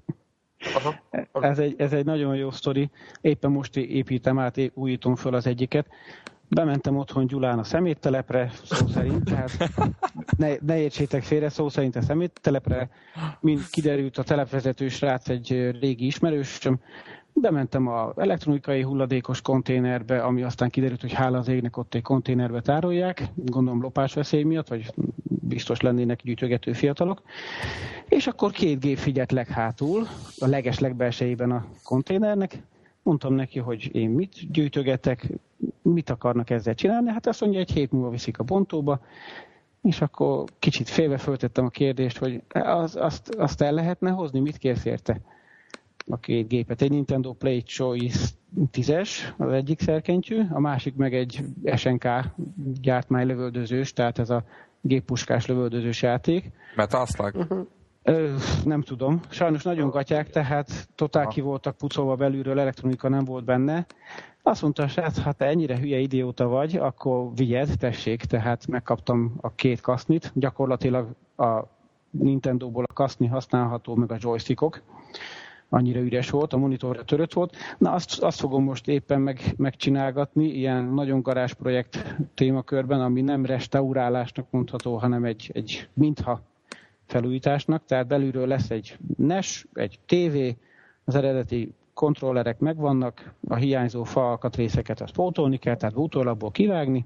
Ez egy nagyon jó sztori. Éppen most építem át, újítom föl az egyiket. Bementem otthon Gyulán a szeméttelepre, szó szerint, tehát ne értsétek félre, szó szerint a szeméttelepre, mint kiderült a telepvezető srác egy régi ismerősöm, bementem az elektronikai hulladékos konténerbe, ami aztán kiderült, hogy hála az égnek ott egy konténerbe tárolják, gondolom lopásveszély miatt, vagy biztos lennének gyűjtögető fiatalok, és akkor 2 gép figyelt leghátul, a legbelsejében a konténernek. Mondtam neki, hogy én mit gyűjtögetek, mit akarnak ezzel csinálni. Hát azt mondja, egy hét múlva viszik a bontóba, és akkor kicsit félve föltettem a kérdést, hogy azt el lehetne hozni, mit kérsz érte? A 2 gépet. Egy Nintendo Play Choice 10-es, az egyik szerkentyű, a másik meg egy SNK gyártmány lövöldözős, tehát ez a géppuskás lövöldözős játék. Metal-Slug? Nem tudom. Sajnos nagyon gatyák, tehát totál ki voltak pucolva belülről, elektronika nem volt benne. Azt mondta, srác, ha te ennyire hülye idióta vagy, akkor vigyed, tessék, tehát megkaptam a 2 kasznit. Gyakorlatilag a Nintendóból a kaszni használható, meg a joystickok. Annyira üres volt, a monitorra törött volt. Na, azt fogom most éppen megcsinálgatni, ilyen nagyon garázs projekt témakörben, ami nem restaurálásnak mondható, hanem egy mintha felújításnak, tehát belülről lesz egy NES, egy TV, az eredeti kontrollerek megvannak, a hiányzó fa alkatrészeket azt pótolni kell, tehát bútorlapból kivágni,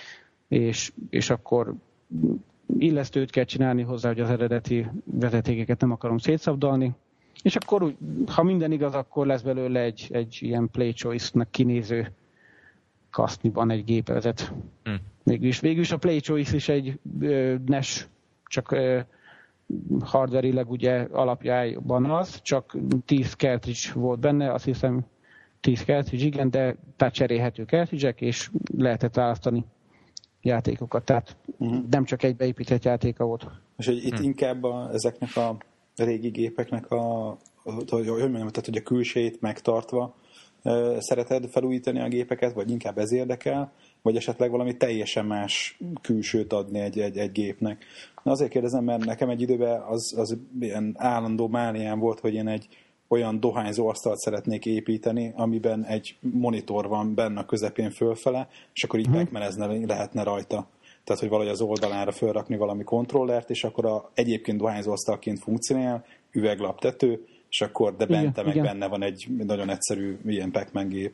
és akkor illesztőt kell csinálni hozzá, hogy az eredeti vezetékeket nem akarom szétszabdalni, és akkor, ha minden igaz, akkor lesz belőle egy ilyen Play Choice-nak kinéző kaszniban egy gépezet. Végülis a Play Choice is egy NES, csak hardware-ileg ugye alapjában az, csak 10 cartridge volt benne, azt hiszem 10 cartridge, igen, de tehát cserélhető cartridge-ek, és lehetett választani játékokat, tehát nem csak egy beépített játéka volt. És hogy itt inkább ezeknek a régi gépeknek hogy a külsejét megtartva szereted felújítani a gépeket, vagy inkább ez érdekel, vagy esetleg valami teljesen más külsőt adni egy gépnek. Na azért kérdezem, mert nekem egy időben az ilyen állandó mániám volt, hogy én egy olyan dohányzó asztalt szeretnék építeni, amiben egy monitor van benne a közepén fölfele, és akkor így megmenezni lehetne rajta. Tehát, hogy valahogy az oldalára fölrakni valami kontrollert, és akkor egyébként dohányzó asztalként funkcionál, üveglaptető, és akkor, de bente meg benne van egy nagyon egyszerű ilyen Pac-Man gép.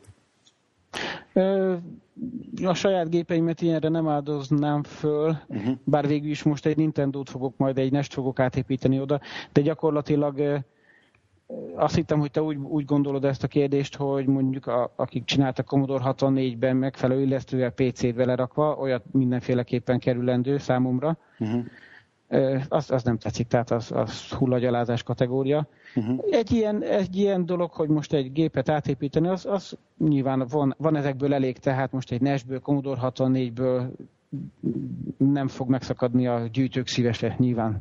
A saját gépeimet ilyenre nem áldoznám föl, bár végül is most egy Nintendót fogok, majd egy NES-t fogok átépíteni oda, de gyakorlatilag azt hittem, hogy te úgy gondolod ezt a kérdést, hogy mondjuk akik csináltak Commodore 64-ben megfelelő illesztővel PC-t belerakva, olyat mindenféleképpen kerülendő számomra. Az nem tetszik, tehát az hullagyalázás kategória. Egy ilyen dolog, hogy most egy gépet átépíteni, az nyilván van ezekből elég, tehát most egy NES-ből, Commodore 64-ből nem fog megszakadni a gyűjtők szívese, nyilván.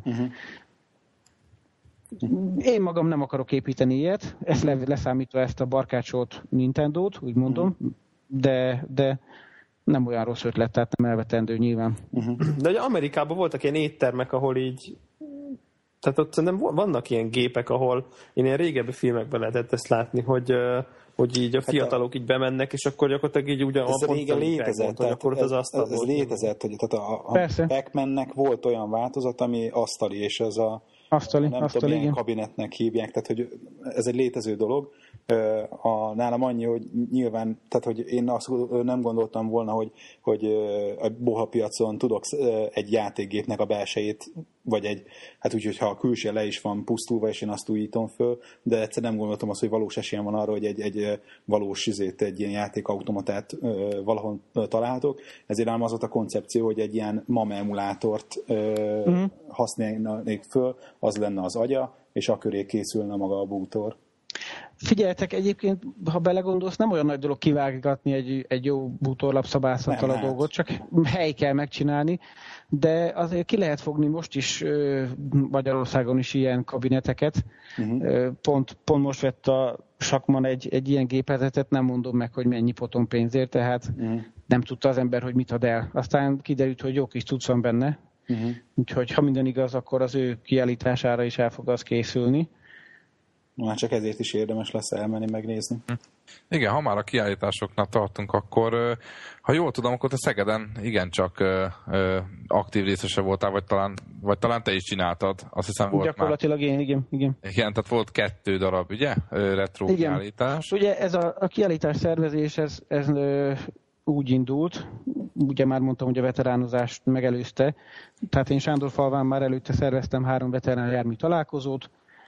Én magam nem akarok építeni ilyet, ezt leszámítva ezt a barkácsolt Nintendót, úgy mondom, de nem olyan rossz ötlet, tehát nem elvetendő nyilván. De ugye Amerikában voltak ilyen éttermek, ahol így, tehát ott nem vannak ilyen gépek, ahol én ilyen régebbi filmekben lehetett ezt látni, hogy így a fiatalok így bemennek, és akkor gyakorlatilag így ugyan ez régen létezett, hogy akkor az asztal ez létezett, hogy tehát a Pac-Mannek volt olyan változat, ami asztali, és ez a nem tudom, milyen kabinetnek hívják, tehát hogy ez egy létező dolog. Nálam annyi, hogy nyilván, tehát hogy én azt nem gondoltam volna, hogy a bohapiacon tudok egy játékgépnek a belsejét, vagy hát úgy, hogyha a külső le is van pusztulva, és én azt újítom föl, de egyszer nem gondoltam azt, hogy valós esélyem van arra, hogy egy valós egy ilyen játékautomatát valahol találhatok. Ezért ám az volt a koncepció, hogy egy ilyen MAME emulátort használnék föl, az lenne az agya, és a köré készülne maga a bútor. Figyeljetek, egyébként, ha belegondolsz, nem olyan nagy dolog kivágatni egy jó bútorlapszabászattal a dolgot, csak hely kell megcsinálni, de azért ki lehet fogni most is Magyarországon is ilyen kabineteket. Pont most vett a Sakman egy ilyen gépezetet, nem mondom meg, hogy mennyi potom pénzért, tehát nem tudta az ember, hogy mit ad el. Aztán kiderült, hogy jó kis cucc van benne, úgyhogy ha minden igaz, akkor az ő kiállítására is el fog az készülni. Már csak ezért is érdemes lesz elmenni, megnézni. Igen, ha már a kiállításoknál tartunk, akkor ha jól tudom, akkor te Szegeden igencsak aktív részese voltál, vagy talán te is csináltad. Azt hiszem volt gyakorlatilag már... Igen. Igen, tehát volt 2 darab, ugye? Retro igen. Kiállítás. Ugye ez a kiállítás szervezés, ez úgy indult, ugye már mondtam, hogy a veteránozást megelőzte. Tehát én Sándorfalván már előtte szerveztem 3 veterán jármű találkozót,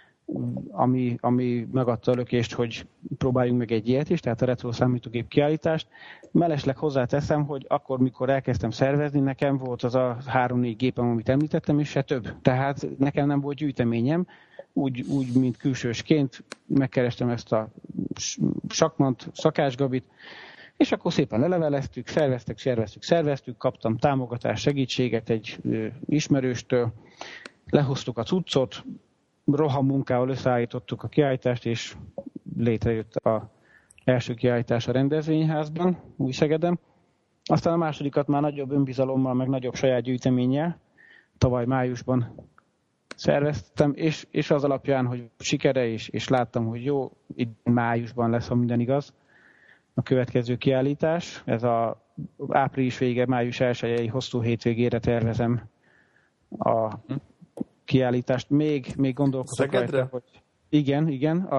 ami megadta a lökést, hogy próbáljunk meg egy ilyet is, tehát a retro számítógép kiállítást. Mellesleg hozzáteszem, hogy akkor, mikor elkezdtem szervezni, nekem volt az a 3-4 gépem, amit említettem, és se több. Tehát nekem nem volt gyűjteményem, úgy mint külsősként megkerestem ezt a Sakmant, Szakás Gabit, és akkor szépen leleveleztük, szerveztük, kaptam támogatást, segítséget egy ismerőstől, lehoztuk a cuccot, roham munkával összeállítottuk a kiállítást, és létrejött az első kiállítás a rendezvényházban, Újszegeden. Aztán a másodikat már nagyobb önbizalommal, meg nagyobb saját gyűjteménnyel tavaly májusban szerveztem, és az alapján, hogy sikere és láttam, hogy jó, itt májusban lesz, ha minden igaz, a következő kiállítás. Ez az április vége, május 1-i hosszú hétvégére tervezem a kiállítást. Még gondolkozok rajta, hogy igen,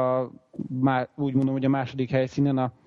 úgy mondom, hogy a második helyszínen a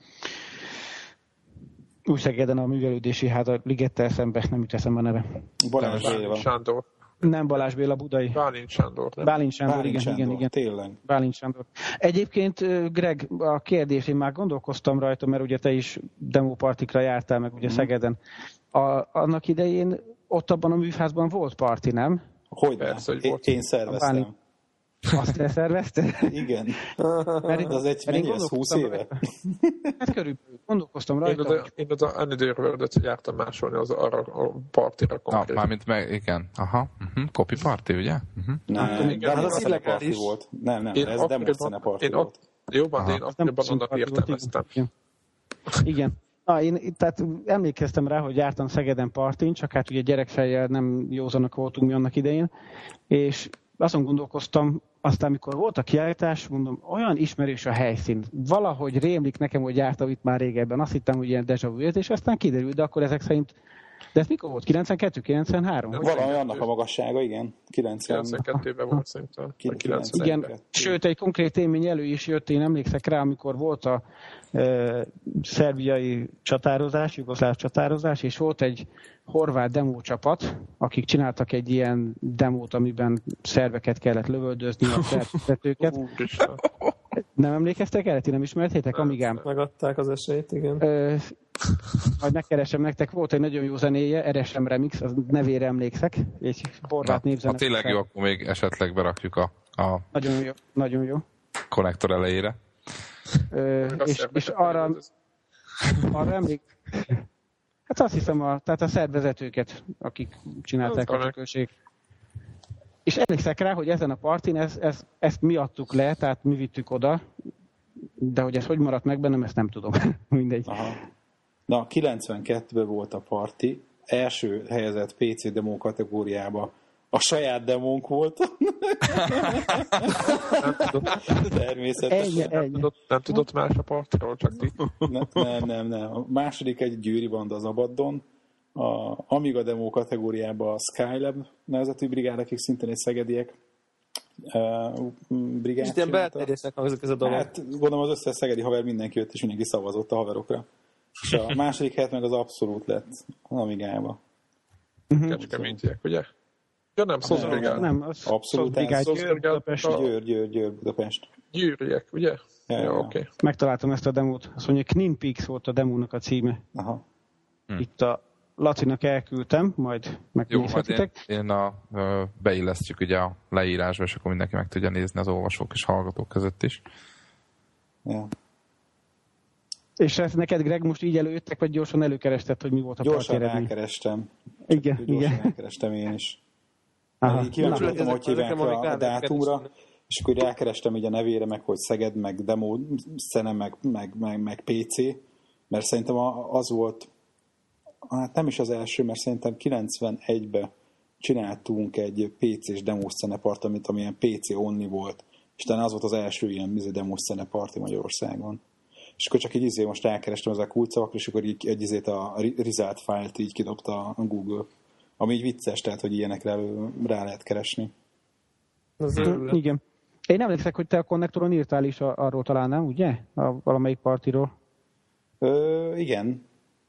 Újszegeden a Művelődési Ház a Ligettel szembe, nem jut eszembe a neve. Balázs Sándor. Nem Balázs Béla, budai. Bálint Sándor. Bálint Sándor, igen. Tényleg. Bálint Sándor. Egyébként, Greg, a kérdés, én már gondolkoztam rajta, mert ugye te is demopartikra jártál meg ugye Szegeden. Annak idején ott abban a műfázban volt parti, nem? Hogyne? Én szerveztem. Azt te szervezted? Igen. Mert az egy mennyi, ez 20 éve? Hát körülbelül gondolkoztam rajta. Én oda Anidőrvöldöt jártam másolni arra a partira konkrétan. Mármint igen. Aha. Copy party, ugye? Nem, az illegális volt. Nem, ez Demoscene party volt. Jóban, de én akkoriban annak értelmeztem. Igen. Én tehát emlékeztem rá, hogy jártam Szegeden partin, csak hát ugye gyerekfejjel nem józanak voltunk mi annak idején, és azon gondolkoztam, aztán amikor volt a kiállítás, mondom, olyan ismerős a helyszín. Valahogy rémlik nekem, hogy jártam itt már régebben. Azt hittem, hogy ilyen déjà vu, és aztán kiderült, de akkor ezek szerint... De ez mikor volt? 92, 93? Valami annak a magassága, igen. 92-ben volt szerintem. Igen, sőt, egy konkrét élmény elő is jött, én emlékszek rá, amikor volt a szerbiai csatározás, jugoszláv csatározás, és volt egy horvát demócsapat, akik csináltak egy ilyen demót, amiben szerveket kellett lövöldözni a szervezetőket. Nem emlékeztek erre? Ti nem ismertétek? Amigám. Megadták az esélyt, igen. Majd megkeresem nektek, volt egy nagyon jó zenéje, RSM Remix, az nevére emlékszek, egy horvát névzenet. Ha tényleg jó, akkor még esetleg berakjuk a nagyon jó. konnektor elejére. És arra emlék... Hát azt hiszem, tehát a szervezetőket, akik csinálták a tököltség. És emlékszek rá, hogy ezen a partin ezt mi adtuk le, tehát mi vittük oda, de hogy ez hogy maradt meg bennem, ezt nem tudom. Mindegy. Aha. Na, 92-ben volt a parti, első helyezett PC demo kategóriába. A saját demónk volt. Természetesen. Nem tudott más a partiról, csak ti. Nem. A második egy Győri Banda az Abaddon. A Amiga demo kategóriába a Skylab nevezetű brigád, akik szintén egy szegediek brigád. És ilyen belterjesztek ezek ez a dolog. Hát gondolom az összes szegedi haver mindenki jött, és mindenki szavazott a haverokra. És a második helyet meg az Abszolút lett az Amigába. Kecskeményiek, ugye? Ja nem, Szózbrigád. Nem, az Abszolút Győr, Budapest. Győriek, ugye? Ja, oké. Megtaláltam ezt a demót. Azt mondja, Knin Peaks volt a demónak a címe. Aha. Itt a Lacinak elküldtem, majd megnézhetitek. Én beillesztjük ugye a leírásba, és akkor mindenki meg tudja nézni az olvasók és hallgatók között is. Ja. És ezt neked, Greg, most így előjöttek, vagy gyorsan előkerested, hogy mi volt a parti eredmény? Gyorsan elkerestem. Igen. Elkerestem én is. Kíváncsi voltam, hogy hívják a dátumra, és akkor rákerestem így a nevére, meg hogy Szeged, meg demo szene, meg PC, mert szerintem az volt, hát nem is az első, mert szerintem 91-ben csináltunk egy PC-s demo-szene part, amilyen PC only volt, és talán az volt az első ilyen demo-szene parti Magyarországon. És akkor csak így most elkerestem ezzel a kulcsszavakra, és akkor így a result file-t így kidobta a Google. Ami így vicces, tehát, hogy ilyenekre rá lehet keresni. Igen. Én emlékszek, hogy te a konnektoron írtál is arról talán, nem, ugye? Valamelyik partiról. Igen.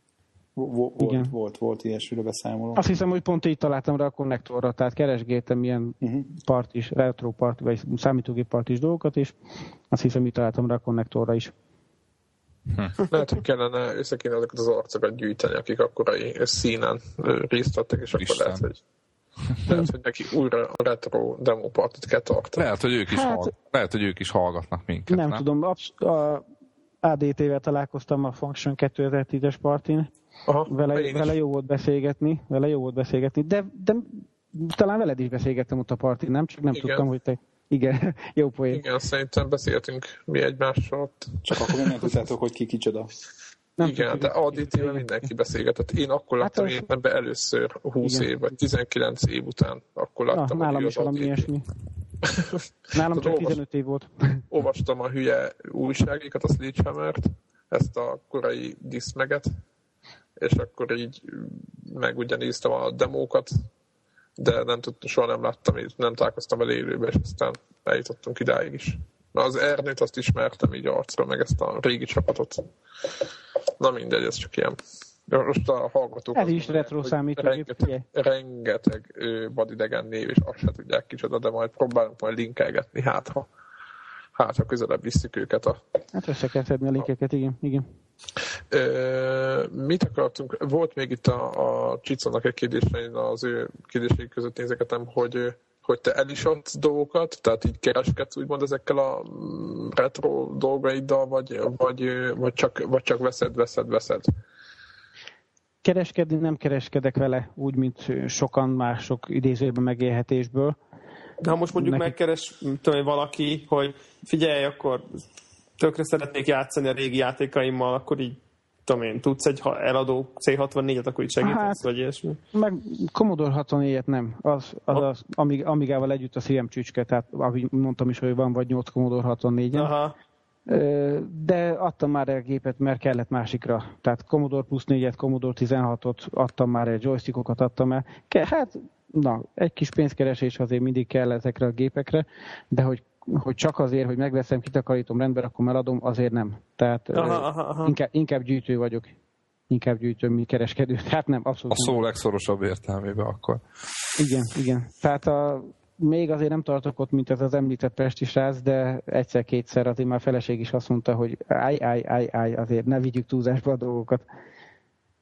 Volt ilyesmiről beszámoló. Azt hiszem, hogy pont így találtam rá a konnektorra, tehát keresgéltem ilyen partis, retro part, vagy számítógép partis dolgokat, és azt hiszem, így találtam rá a konnektorra is. Lehet, hogy kellene összekéne azokat az arcokat gyűjteni, akik akkorai színen részt vettek, és akkor lehet, hogy neki újra a retro demo partit kell tartani. Lehet, hogy ők is hallgatnak minket. Nem tudom, ADT-vel találkoztam a Function 2010-es partin. Vele jó volt beszélgetni, de talán veled is beszélgettem ott a partin, nem? Csak nem tudtam, hogy te... Igen, jó poén. Igen, szerintem beszéltünk mi egymással. Csak akkor nem tudtátok, hogy ki kicsoda. Igen, de ADT-vel mindenki beszélgetett. Én akkor láttam életemben először 20 év, vagy 19 év után. Akkor láttam, nálam is valami ilyesmi. Nálam csak 15 év volt. Olvastam a hülye újságékat, a Sledgehammer-t, ezt a korai diszmeget, és akkor így meg ugye néztem a demókat, de soha nem láttam, nem találkoztam vele élőben, és aztán eljutottunk idáig is. Na, az Ernőt azt ismertem így arcra, meg ezt a régi csapatot. Na mindegy, ez csak ilyen. Most a hallgatók... Ez is retro számítógép. Rengeteg vadidegen név, és azt se tudják kicsoda, de majd próbálunk majd linkelgetni, hát ha közelebb visszük őket. Hát össze kell szedni a linkeket, igen. Mit akartunk? Volt még itt a Csicónak egy kérdésre, én az ő kérdései között nézegetem, hogy te el is adsz dolgokat, tehát így kereskedsz úgymond ezekkel a retro dolgaiddal, vagy csak veszed? Kereskedni nem kereskedek vele, úgy, mint sokan mások idézőben megélhetésből. De ha most mondjuk megkeres valaki, hogy figyelj, akkor tökre szeretnék játszani a régi játékaimmal, akkor így tudsz egy eladó C64-et, akkor így segítesz, vagy ilyesmi? Meg Commodore 64-et nem. Az Amigával együtt a szívem csücske, tehát mondtam is, hogy van vagy 8 Commodore 64-en. Aha. De adtam már el gépet, mert kellett másikra. Tehát Commodore Plus 4-et, Commodore 16-ot adtam már el, joystickokat adtam el. Hát, egy kis pénzkeresés azért mindig kell ezekre a gépekre, de hogy csak azért, hogy megveszem, kitakarítom, rendben, akkor eladom, azért nem. Tehát inkább gyűjtő vagyok. Inkább gyűjtő, mint kereskedő. Hát nem, abszolút. A szó legszorosabb értelmében akkor. Igen. Tehát még azért nem tartok ott, mint ez az említett pesti srác, de egyszer-kétszer azért már a feleség is azt mondta, hogy állj, azért ne vigyük túlzásba a dolgokat.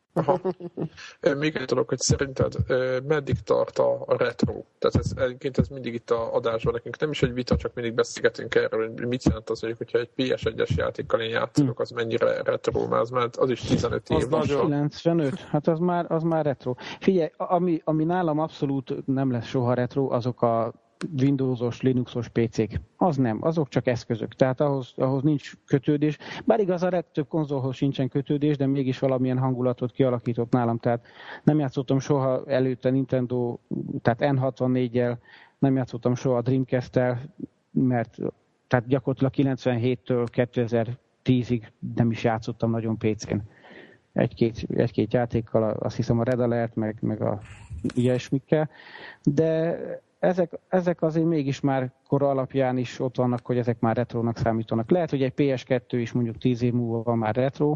Aha. Még egy dolog, hogy szerinted meddig tart a retro? Tehát ez mindig itt a adásban nekünk nem is egy vita, csak mindig beszélgetünk erről, hogy mit jelent az, hogyha egy PS1-es játékkal én játszok, az mennyire retro, mert az is 15 év. Az 95, hát az már retro. Figyelj, ami nálam abszolút nem lesz soha retro, azok a Windowsos, Linuxos PC-k. Az nem, azok csak eszközök, tehát ahhoz nincs kötődés. Bár igaz, a legtöbb konzolhoz sincsen kötődés, de mégis valamilyen hangulatot kialakított nálam, tehát nem játszottam soha előtte Nintendo, tehát N64-jel, nem játszottam soha a Dreamcast-tel, mert tehát gyakorlatilag 97-től 2010-ig nem is játszottam nagyon PC-n. Egy-két játékkal, azt hiszem a Red Alert, meg a ilyesmikkel, de ezek azért mégis már kora alapján is ott vannak, hogy ezek már retrónak számítanak. Lehet, hogy egy PS2 is mondjuk 10 év múlva van már retro,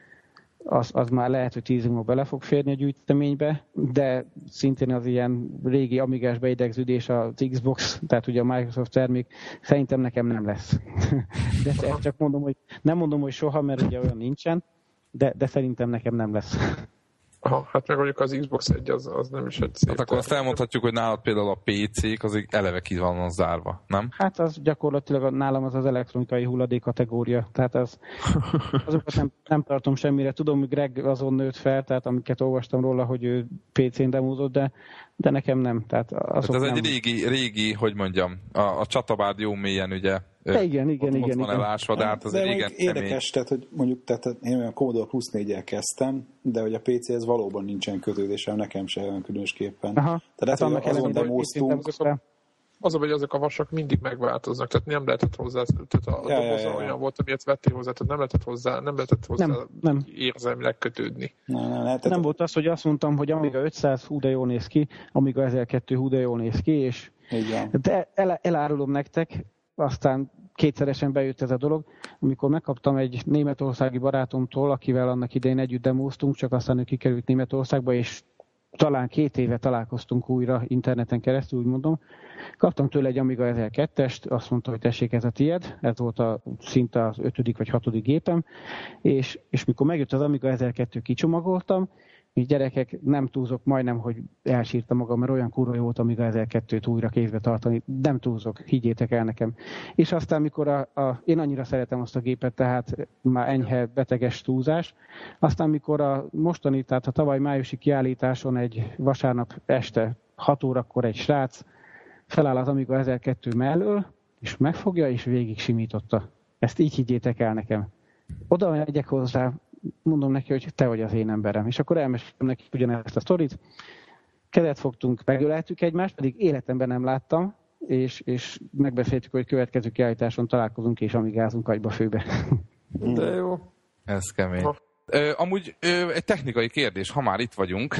az már lehet, hogy 10 év múlva bele fog férni a gyűjteménybe, de szintén az ilyen régi amigás beidegződés az Xbox, tehát ugye a Microsoft termék, szerintem nekem nem lesz. De ezt csak mondom, hogy nem mondom, hogy soha, mert ugye olyan nincsen, de szerintem nekem nem lesz. Aha, hát meg mondjuk az Xbox 1 az nem is egy szép. Hát akkor azt elmondhatjuk, hogy nálad például a PC-k az eleve ki van zárva, nem? Hát az gyakorlatilag nálam az elektronikai hulladék kategória, tehát azokat nem tartom semmire. Tudom, hogy Greg azon nőtt fel, tehát amiket olvastam róla, hogy ő PC-n demózott, de nekem nem. Tehát azok hát ez nem... egy régi, hogy mondjam, a csatabád jó mélyen ugye igen. van elásva, de hát az egy igen érdekes, tehát, hogy mondjuk, tehát én olyan Commodore Plus 4-jel kezdtem, de hogy a PC-hez valóban nincsen kötődésem, nekem se olyan különösképpen. Aha. Tehát hát, azon demóztunk. Az, hogy ezek a vasak mindig megváltoznak, tehát nem lehetett hozzá, tehát a doboza olyan volt, amilyet vettél hozzá, tehát nem lehetett hozzá érzelmileg kötődni. Nem volt az, hogy azt mondtam, hogy Amiga 500 hú de jól néz ki, Amiga 1002 hú de jól néz ki, és de elárulom nektek, aztán kétszeresen bejött ez a dolog, amikor megkaptam egy németországi barátomtól, akivel annak idején együtt demóztunk, csak aztán ő kikerült Németországba, és talán 2 éve találkoztunk újra interneten keresztül, úgy mondom. Kaptam tőle egy Amiga 1002-est, azt mondta, hogy tessék, ez a tied, ez volt szinte az 5. vagy 6. gépem, és mikor megjött az Amiga 1002, kicsomagoltam, és gyerekek, nem túlzok, majdnem, hogy elsírtam magam, mert olyan kurva jó volt Amiga 1002-t újra kézbe tartani, nem túlzok, higgyétek el nekem. És aztán, mikor én annyira szeretem azt a gépet, tehát már enyhe beteges túlzás, aztán mikor a mostani, tehát a tavaly májusi kiállításon egy vasárnap este 6 órakor egy srác feláll az Amiga 1002 mellől, és megfogja, és végig simította. Ezt így higgyétek el nekem. Oda megyek hozzá, mondom neki, hogy te vagy az én emberem. És akkor elmeséltem neki ugyanezt a sztorit. Kezet fogtunk, megöleltük egymást, pedig életemben nem láttam, és megbeszéltük, hogy következő kiállításon találkozunk, és amigázunk agyba főbe. De jó. Ez kemény. Amúgy egy technikai kérdés, ha már itt vagyunk.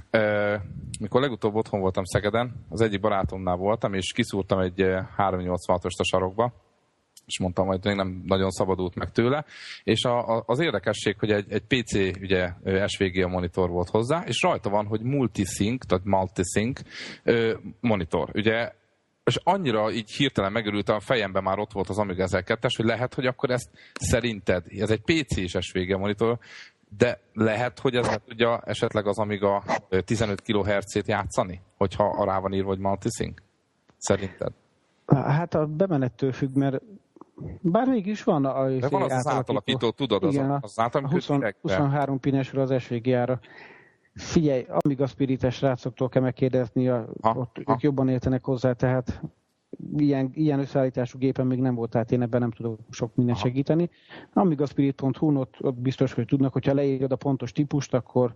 Mikor legutóbb otthon voltam Szegeden, az egyik barátomnál voltam, és kiszúrtam egy 386-ost a sarokba, és mondtam, hogy még nem nagyon szabadult meg tőle, és az érdekesség, hogy egy PC ugye SVGA monitor volt hozzá, és rajta van, hogy multisync, tehát multisync monitor. Ugye, és annyira így hirtelen megörültem, a fejemben már ott volt az Amiga 1002-es, hogy lehet, hogy akkor ezt szerinted, ez egy PC-s SVGA monitor, de lehet, hogy ez tudja esetleg az Amiga 15 kHz-ét játszani, hogyha rá van írva, hogy multisync? Szerinted? Hát a bemenettől függ, mert bár végig is van de van az átalakító, tudod, igen, az átalakító 23 pinesről az SVGA-ra. Figyelj, Amiga Spirit-es rácoktól kell megkérdezni, ők jobban értenek hozzá, tehát ilyen összeállítású gépen még nem volt, tehát én ebben nem tudok sok mindent segíteni. Amigaspirit.hu-n ott biztos, hogy tudnak, hogyha leírod a pontos típust, akkor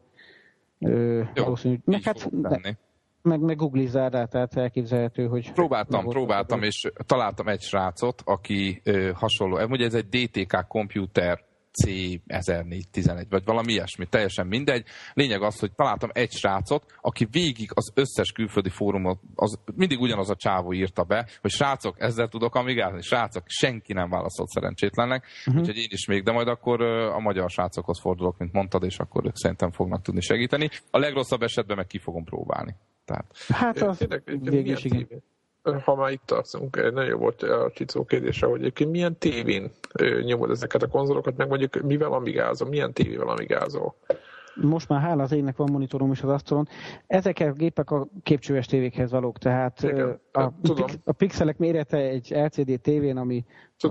valószínű, meg googlizzál rá, tehát elképzelhető, hogy... Próbáltam, és találtam egy srácot, aki hasonló, ugye ez egy DTK Computer C1411, vagy valami ilyesmi, teljesen mindegy. Lényeg az, hogy találtam egy srácot, aki végig az összes külföldi fórumot, mindig ugyanaz a csávó írta be, hogy srácok, ezzel tudok amigázni, srácok, senki nem válaszolt szerencsétlennek, úgyhogy én is még, de majd akkor a magyar srácokhoz fordulok, mint mondtad, és akkor ők szerintem fognak tudni segíteni. A legrosszabb esetben meg ki fogom próbálni. Tehát. Hát az végül igen. Ha már itt tartunk, nagyon jó volt a Csicó kérdése, hogy egyébként milyen tévén nyomod ezeket a konzolokat, meg mondjuk mivel amigázol, milyen tévével amigázol? most már hála az égnek van monitorom is az asztalon. Ezek a gépek a képcsöves tévékhez valók, tehát a pixelek mérete egy LCD tévén, ami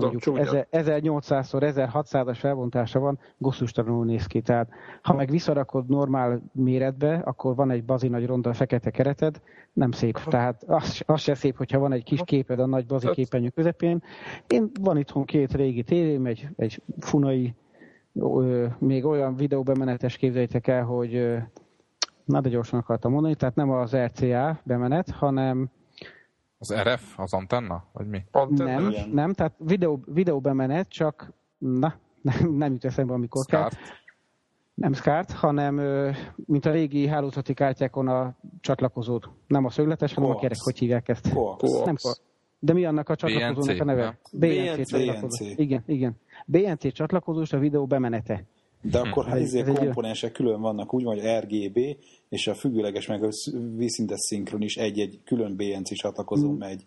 1800x1600-as felbontása van, gosszústalanul néz ki. Tehát ha meg visszarakod normál méretbe, akkor van egy bazi nagy ronda fekete kereted, nem szép. Tehát az se szép, hogyha van egy kis képed a nagy bazi képernyő közepén. Van itthon 2 régi tévém, egy funai, még olyan videóbemenetes, képzeljétek el, hogy de gyorsan akartam mondani, tehát nem az RCA bemenet, hanem az RF, az antenna? Vagy mi? Nem, tehát videóbemenet, csak nem jut eszembe, amikor kell. Nem SCART, hanem mint a régi hálózati kártyákon a csatlakozód. Nem a szögletes, hanem a kerek, hogy hívják ezt. De mi annak a csatlakozónak a neve? BNC csatlakozó. Igen. BNC csatlakozós a videó bemenete. De akkor komponensek külön vannak, úgy van, hogy RGB, és a függőleges meg a vízszintes szinkron is egy külön BNC csatlakozó megy.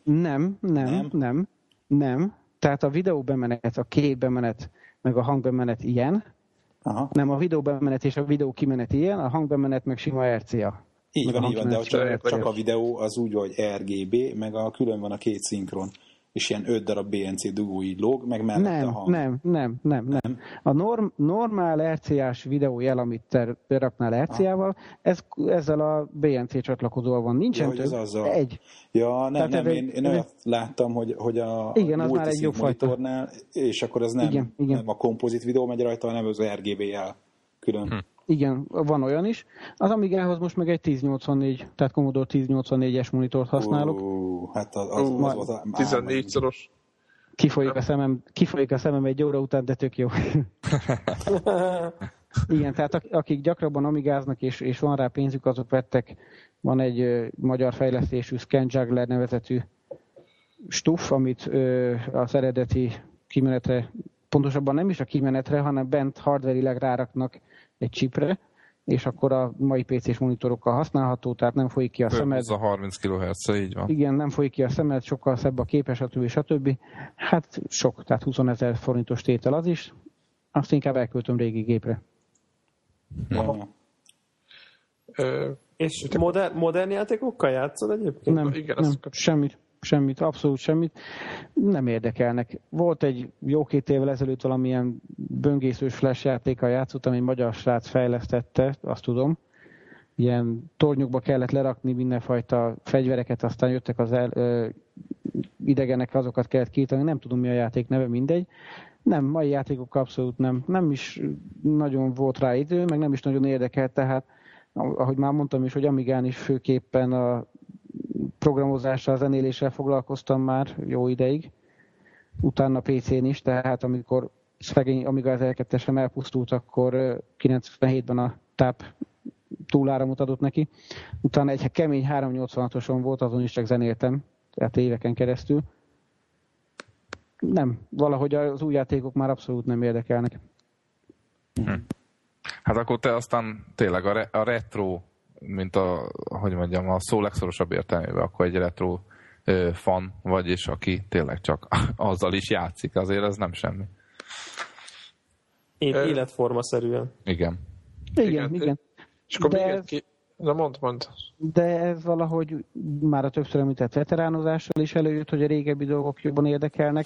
Nem. Tehát a videó bemenet, a kép bemenet, meg a hangbemenet ilyen. Aha. Nem, a videó bemenet és a videó kimenet ilyen, a hangbemenet meg sima RCA. Így van, de csak a videó az úgy van, hogy RGB, meg külön van a 2 szinkron. És ilyen 5 darab BNC dugó így lóg, meg mellette a hang. Nem. A normál RCA-s videójel, amit te raknál RCA-val, ezzel a BNC csatlakozóval van. Nincsen több. Egy. Ja, nem. Én olyat láttam, hogy a multiszint monitornál, és akkor ez nem a kompozit videó megy rajta, hanem az RGB-jel külön. Igen, van olyan is. Az Amigához most meg egy 1084, tehát Commodore 1084-es monitort használok. Hát az volt a 14-szoros. Kifolyik a szemem egy óra után, de tök jó. Igen, tehát akik gyakrabban amigáznak és van rá pénzük, azok vettek. Van egy magyar fejlesztésű Scan Juggler nevezetű stuff, amit az eredeti kimenetre, pontosabban nem is a kimenetre, hanem bent hardverileg ráraknak egy chipre, és akkor a mai PC-s monitorokkal használható, tehát nem folyik ki a szemed. Ez a 30 kHz, így van. Igen, nem folyik ki a szemed, sokkal szebb a képe, stb. Hát sok, tehát 20 000 forintos tétel az is. Azt inkább elköltöm régi gépre. És modern játékokkal játszol egyébként? Nem, semmit, abszolút semmit. Nem érdekelnek. Volt egy jó 2 évvel ezelőtt valamilyen böngészős flash játékkal játszottam, egy magyar srác fejlesztette, azt tudom. Ilyen tornyokba kellett lerakni mindenfajta fegyvereket, aztán jöttek az idegenek, azokat kellett kiírtani, nem tudom mi a játék neve, mindegy. Nem, mai játékok abszolút nem. Nem is nagyon volt rá idő, meg nem is nagyon érdekelt, tehát ahogy már mondtam is, hogy Amigán is főképpen a programozással, zenéléssel foglalkoztam már jó ideig. Utána PC-n is, tehát amikor szegény Amiga 1200-esem elpusztult, akkor 97-ben a táp túláramot adott neki. Utána egy kemény 386-oson volt, azon is csak zenéltem, tehát éveken keresztül. Nem, valahogy az új játékok már abszolút nem érdekelnek. Hát akkor te aztán tényleg a retro, mint a szó legszorosabb értelmében, akkor egy retro fan vagy, és aki tényleg csak azzal is játszik, azért ez nem semmi. Életformaszerűen. Igen. És akkor mondd. De ez valahogy már a többször említett veteránozással is előjött, hogy a régebbi dolgok jobban érdekelnek,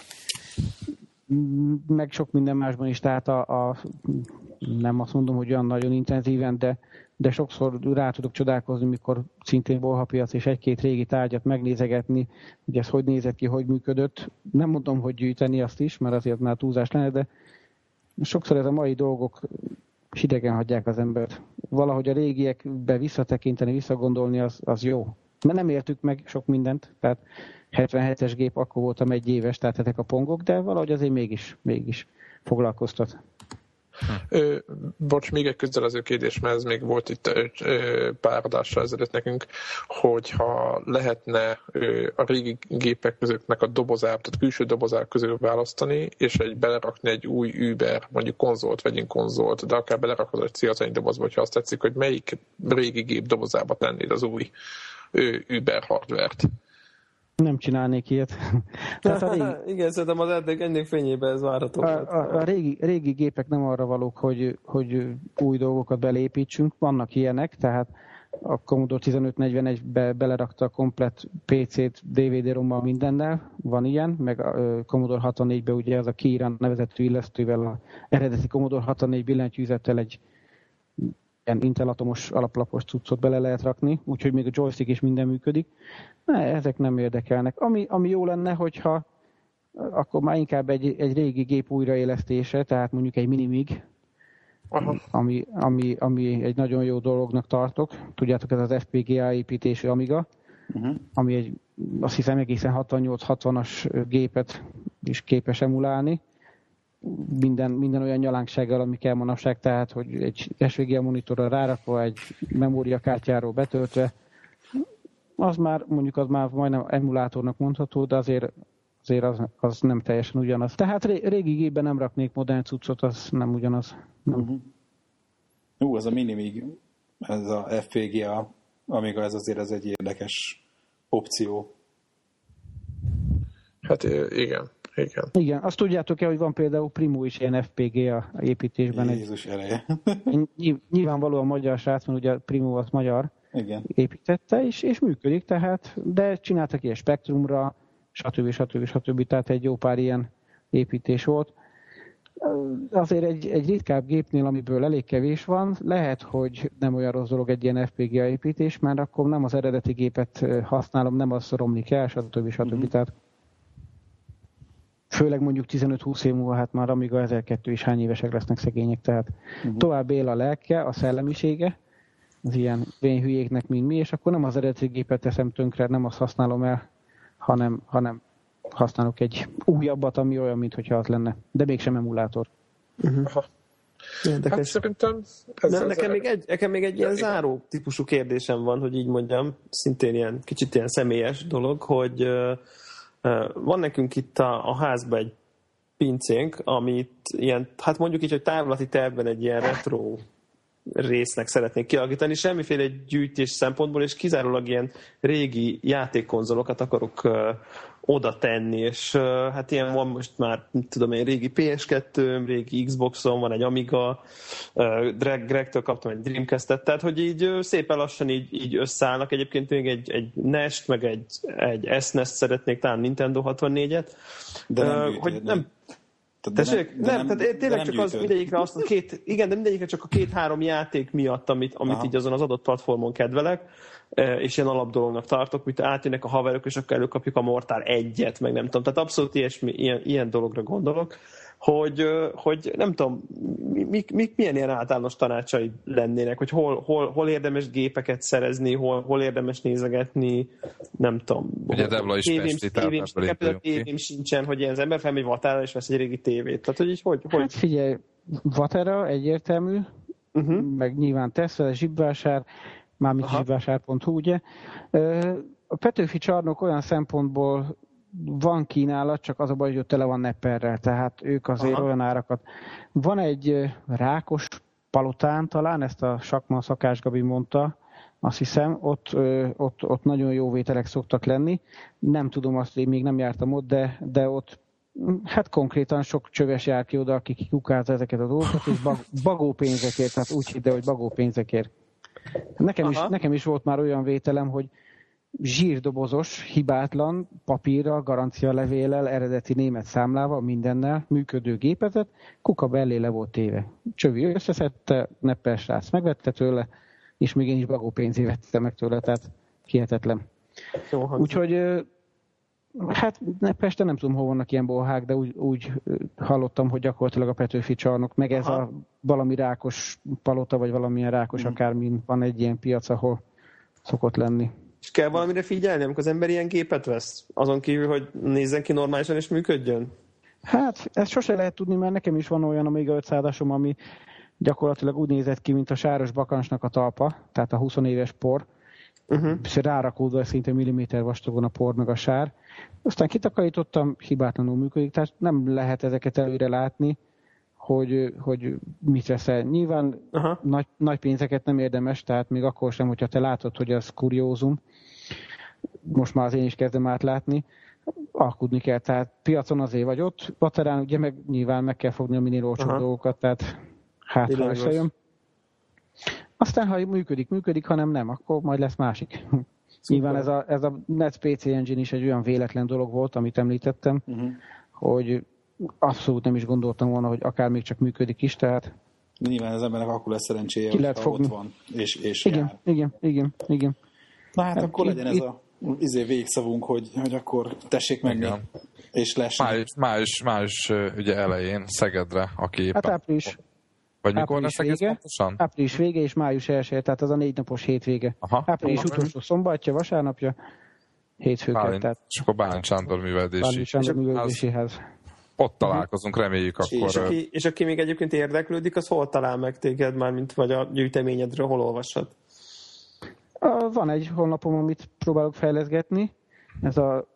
meg sok minden másban is, tehát nem azt mondom, hogy olyan nagyon intenzíven, de sokszor rá tudok csodálkozni, mikor szintén bolhapiac és egy-két régi tárgyat megnézegetni, hogy ez hogy nézett ki, hogy működött. Nem mondom, hogy gyűjteni azt is, mert azért már túlzás lenne, de sokszor ez a mai dolgok hidegen hagyják az embert. Valahogy a régiekbe visszatekinteni, visszagondolni az jó. Mert nem értük meg sok mindent, tehát 77-es gép, akkor voltam 1 éves, tehát ezek a pongok, de valahogy azért mégis foglalkoztat. Bocs, még egy közelező kérdés, mert ez még volt itt pár adással ezelőtt nekünk, hogyha lehetne a régi gépek közöttnek a dobozát, tehát külső dobozák közül választani, és belerakni egy új Uber, mondjuk konzolt, vegyünk konzolt, de akár belerakod egy ciacani dobozba, hogyha azt tetszik, hogy melyik régi gép dobozába tennéd az új Uber hardvert. Nem csinálnék ilyet. Igen, szerintem az ennél fényében ez várható. A régi gépek nem arra valók, hogy új dolgokat belépítsünk. Vannak ilyenek, tehát a Commodore 1541-be belerakta a komplett PC-t, DVD-rommal mindennel, van ilyen, meg a Commodore 64-be ugye az a Kiran nevezetű illesztővel, az eredeti Commodore 64 billentyűzettel egy ilyen Intel atomos alaplapos cuccot bele lehet rakni, úgyhogy még a joystick is minden működik. Ezek nem érdekelnek. Ami jó lenne, hogyha akkor már inkább egy régi gép újraélesztése, tehát mondjuk egy Minimig, ami egy nagyon jó dolognak tartok. Tudjátok, ez az FPGA építésű Amiga, ami egy, azt hiszem egészen 68-60-as gépet is képes emulálni. Minden olyan nyalánksággal, ami kell manapság, tehát hogy egy SVGA monitorra rárakva, egy memóriakártyáról betöltve, az már majdnem emulátornak mondható, de azért az nem teljesen ugyanaz. Tehát régi gépben nem raknék modern cuccot, az nem ugyanaz. Az a Minimig, ez a FPGA, amíg ez azért ez egy érdekes opció. Hát igen. Igen, azt tudjátok-e, hogy van például Primo is ilyen FPGA építésben. Jézus ereje. Nyilvánvalóan magyar srác, mert ugye Primo az magyar. Igen. Építette, és működik, tehát, de csináltak ilyen Spectrumra, stb. Tehát egy jó pár ilyen építés volt. Azért egy ritkább gépnél, amiből elég kevés van, lehet, hogy nem olyan rossz dolog egy ilyen FPGA építés, mert akkor nem az eredeti gépet használom, nem az romlik el, stb. Tehát főleg mondjuk 15-20 év múlva, hát már Amiga 1002 is hány évesek lesznek szegények, tehát tovább él a lelke, a szellemisége, az ilyen vénhülyéknek, mint mi, és akkor nem az eredeti gépet teszem tönkre, nem azt használom el, hanem használok egy újabbat, ami olyan, mintha az lenne, de mégsem emulátor. Hát szerintem... Nekem még egy ilyen záró típusú kérdésem van, hogy így mondjam, szintén ilyen kicsit ilyen személyes dolog, hogy van nekünk itt a házban egy pincénk, amit ilyen, hát mondjuk így, hogy távlati tervben egy ilyen retro résznek szeretnék kialakítani, semmiféle gyűjtés szempontból, és kizárólag ilyen régi játékkonzolokat akarok oda tenni, és hát ilyen van most már, tudom én, régi PS2-m, régi Xboxom, van egy Amiga, Gregtől kaptam egy Dreamcast-et, tehát hogy így szépen lassan így összeállnak. Egyébként még egy NES-t, meg egy SNES-t szeretnék, talán Nintendo 64-et. De nem hogy nem. Tehát tényleg csak az mindegyikre azt de mindegyikre csak a 2-3 játék miatt, amit így azon az adott platformon kedvelek, és ilyen alapdolognak tartok, mint átjönnek a haverok, és akkor előkapjuk a Mortal 1-et, meg nem tudom. Tehát abszolút ilyen dologra gondolok, hogy nem tudom, milyen ilyen általános tanácsai lennének, hogy hol érdemes gépeket szerezni, hol érdemes nézegetni, nem tudom. Ugye Debla is tévém sincsen, hogy ilyen az ember felmegy Vatára és vesz egy régi tévét. Tehát, hogy így hogy? Hát figyelj, Vatára egyértelmű, meg nyilván Tesla, zsibvásár, mármint zsibvásár.hu, ugye. A Petőfi Csarnok olyan szempontból van kínálat, csak az a baj, hogy tele van nepperrel, tehát ők azért olyan árakat. Van egy Rákos palotán, talán ezt a Sakman Szakás Gabi mondta, azt hiszem, ott nagyon jó vételek szoktak lenni. Nem tudom azt, én még nem jártam ott, de ott hát konkrétan sok csöves jár ki oda, aki kikukázza ezeket a dolgokat, és bagó pénzekért, tehát úgy hidd el, hogy bagó pénzekért. Nekem is volt már olyan vételem, hogy zsírdobozos, hibátlan, papírral, garancialevéllel, eredeti német számlával, mindennel, működő gépezet, kuka belé le volt téve. Csövi összeszedte, neppel srác megvette tőle, és még én is bagó pénzé vettem meg tőle, tehát hihetetlen. Úgyhogy hát Pesten nem tudom, hol vannak ilyen bolhák, de úgy hallottam, hogy gyakorlatilag a Petőfi Csarnok, meg ez a valami Rákos palota, vagy valamilyen Rákos akármin van egy ilyen piac, ahol szokott lenni. És kell valamire figyelni, amikor az ember ilyen gépet vesz? Azon kívül, hogy nézzen ki normálisan és működjön? Hát, ezt sose lehet tudni, mert nekem is van olyan Amiga 500-asom, ami gyakorlatilag úgy nézett ki, mint a sáros bakancsnak a talpa, tehát a 20 éves por. És rárakódva szinte milliméter vastagon a por meg a sár. Aztán kitakarítottam, hibátlanul működik, tehát nem lehet ezeket előre látni, hogy mit veszel. Nyilván nagy pénzeket nem érdemes, tehát még akkor sem, hogyha te látod, hogy az kuriózum. most már az én is kezdem átlátni, alkudni kell, tehát piacon azért vagy ott, laterán ugye meg nyilván meg kell fogni a minél olcsóbb dolgokat, tehát ha összejön. Aztán, ha működik, ha nem, akkor majd lesz másik. Nyilván ez a NetPC Engine is egy olyan véletlen dolog volt, amit említettem, hogy abszolút nem is gondoltam volna, hogy akár még csak működik is, tehát nyilván az embernek akkor lesz szerencséje, hogyha ott van, és igen. Na hát akkor legyen ez a végszavunk, hogy akkor tessék meg és lessen. Május ugye elején Szegedre, aki hát április. Vagy mikor lesz egész pontosan? Április vége és május 1, tehát az a 4 napos hétvége. Április utolsó szombatja, vasárnapja, hétfőket. És akkor Bálint Sándor műveldéséhez. Ott találkozunk, reméljük akkor. És aki még egyébként érdeklődik, az hol talál meg téged már, mint vagy a gyűjteményedről, hol olvashat? Van egy honlapom, amit próbálok fejleszgetni. Ez a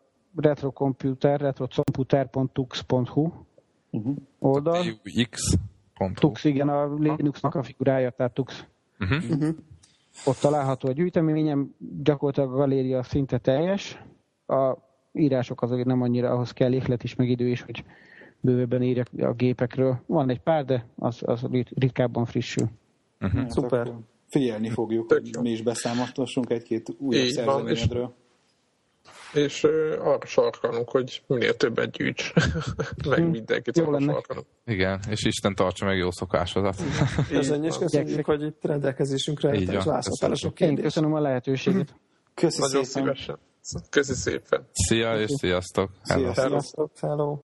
retrocomputer.tux.hu oldal. Tux, igen, a Linuxnak a figurája, tehát Tux. Ott található a gyűjteményem, gyakorlatilag a galéria szinte teljes. A írások azért nem annyira, ahhoz kell éhlet is, meg idő is, hogy bővebben írjak a gépekről. Van egy pár, de az ritkábban frissül. Szuper. Figyelni fogjuk, hogy mi is beszámoltassunk egy-két újabb szerzeményedről. És arra sarkalunk, hogy minél többet gyűjts. Meg mindenkit arra sarkalunk. Igen, és Isten tartsa meg jó szokásodat. Köszönjük, hogy itt rendelkezésünkre válaszoltál a sok kérdést. Én köszönöm a lehetőséget. Nagyon szívesen. Köszi szépen. Szia és sziasztok. Sziasztok. Hello.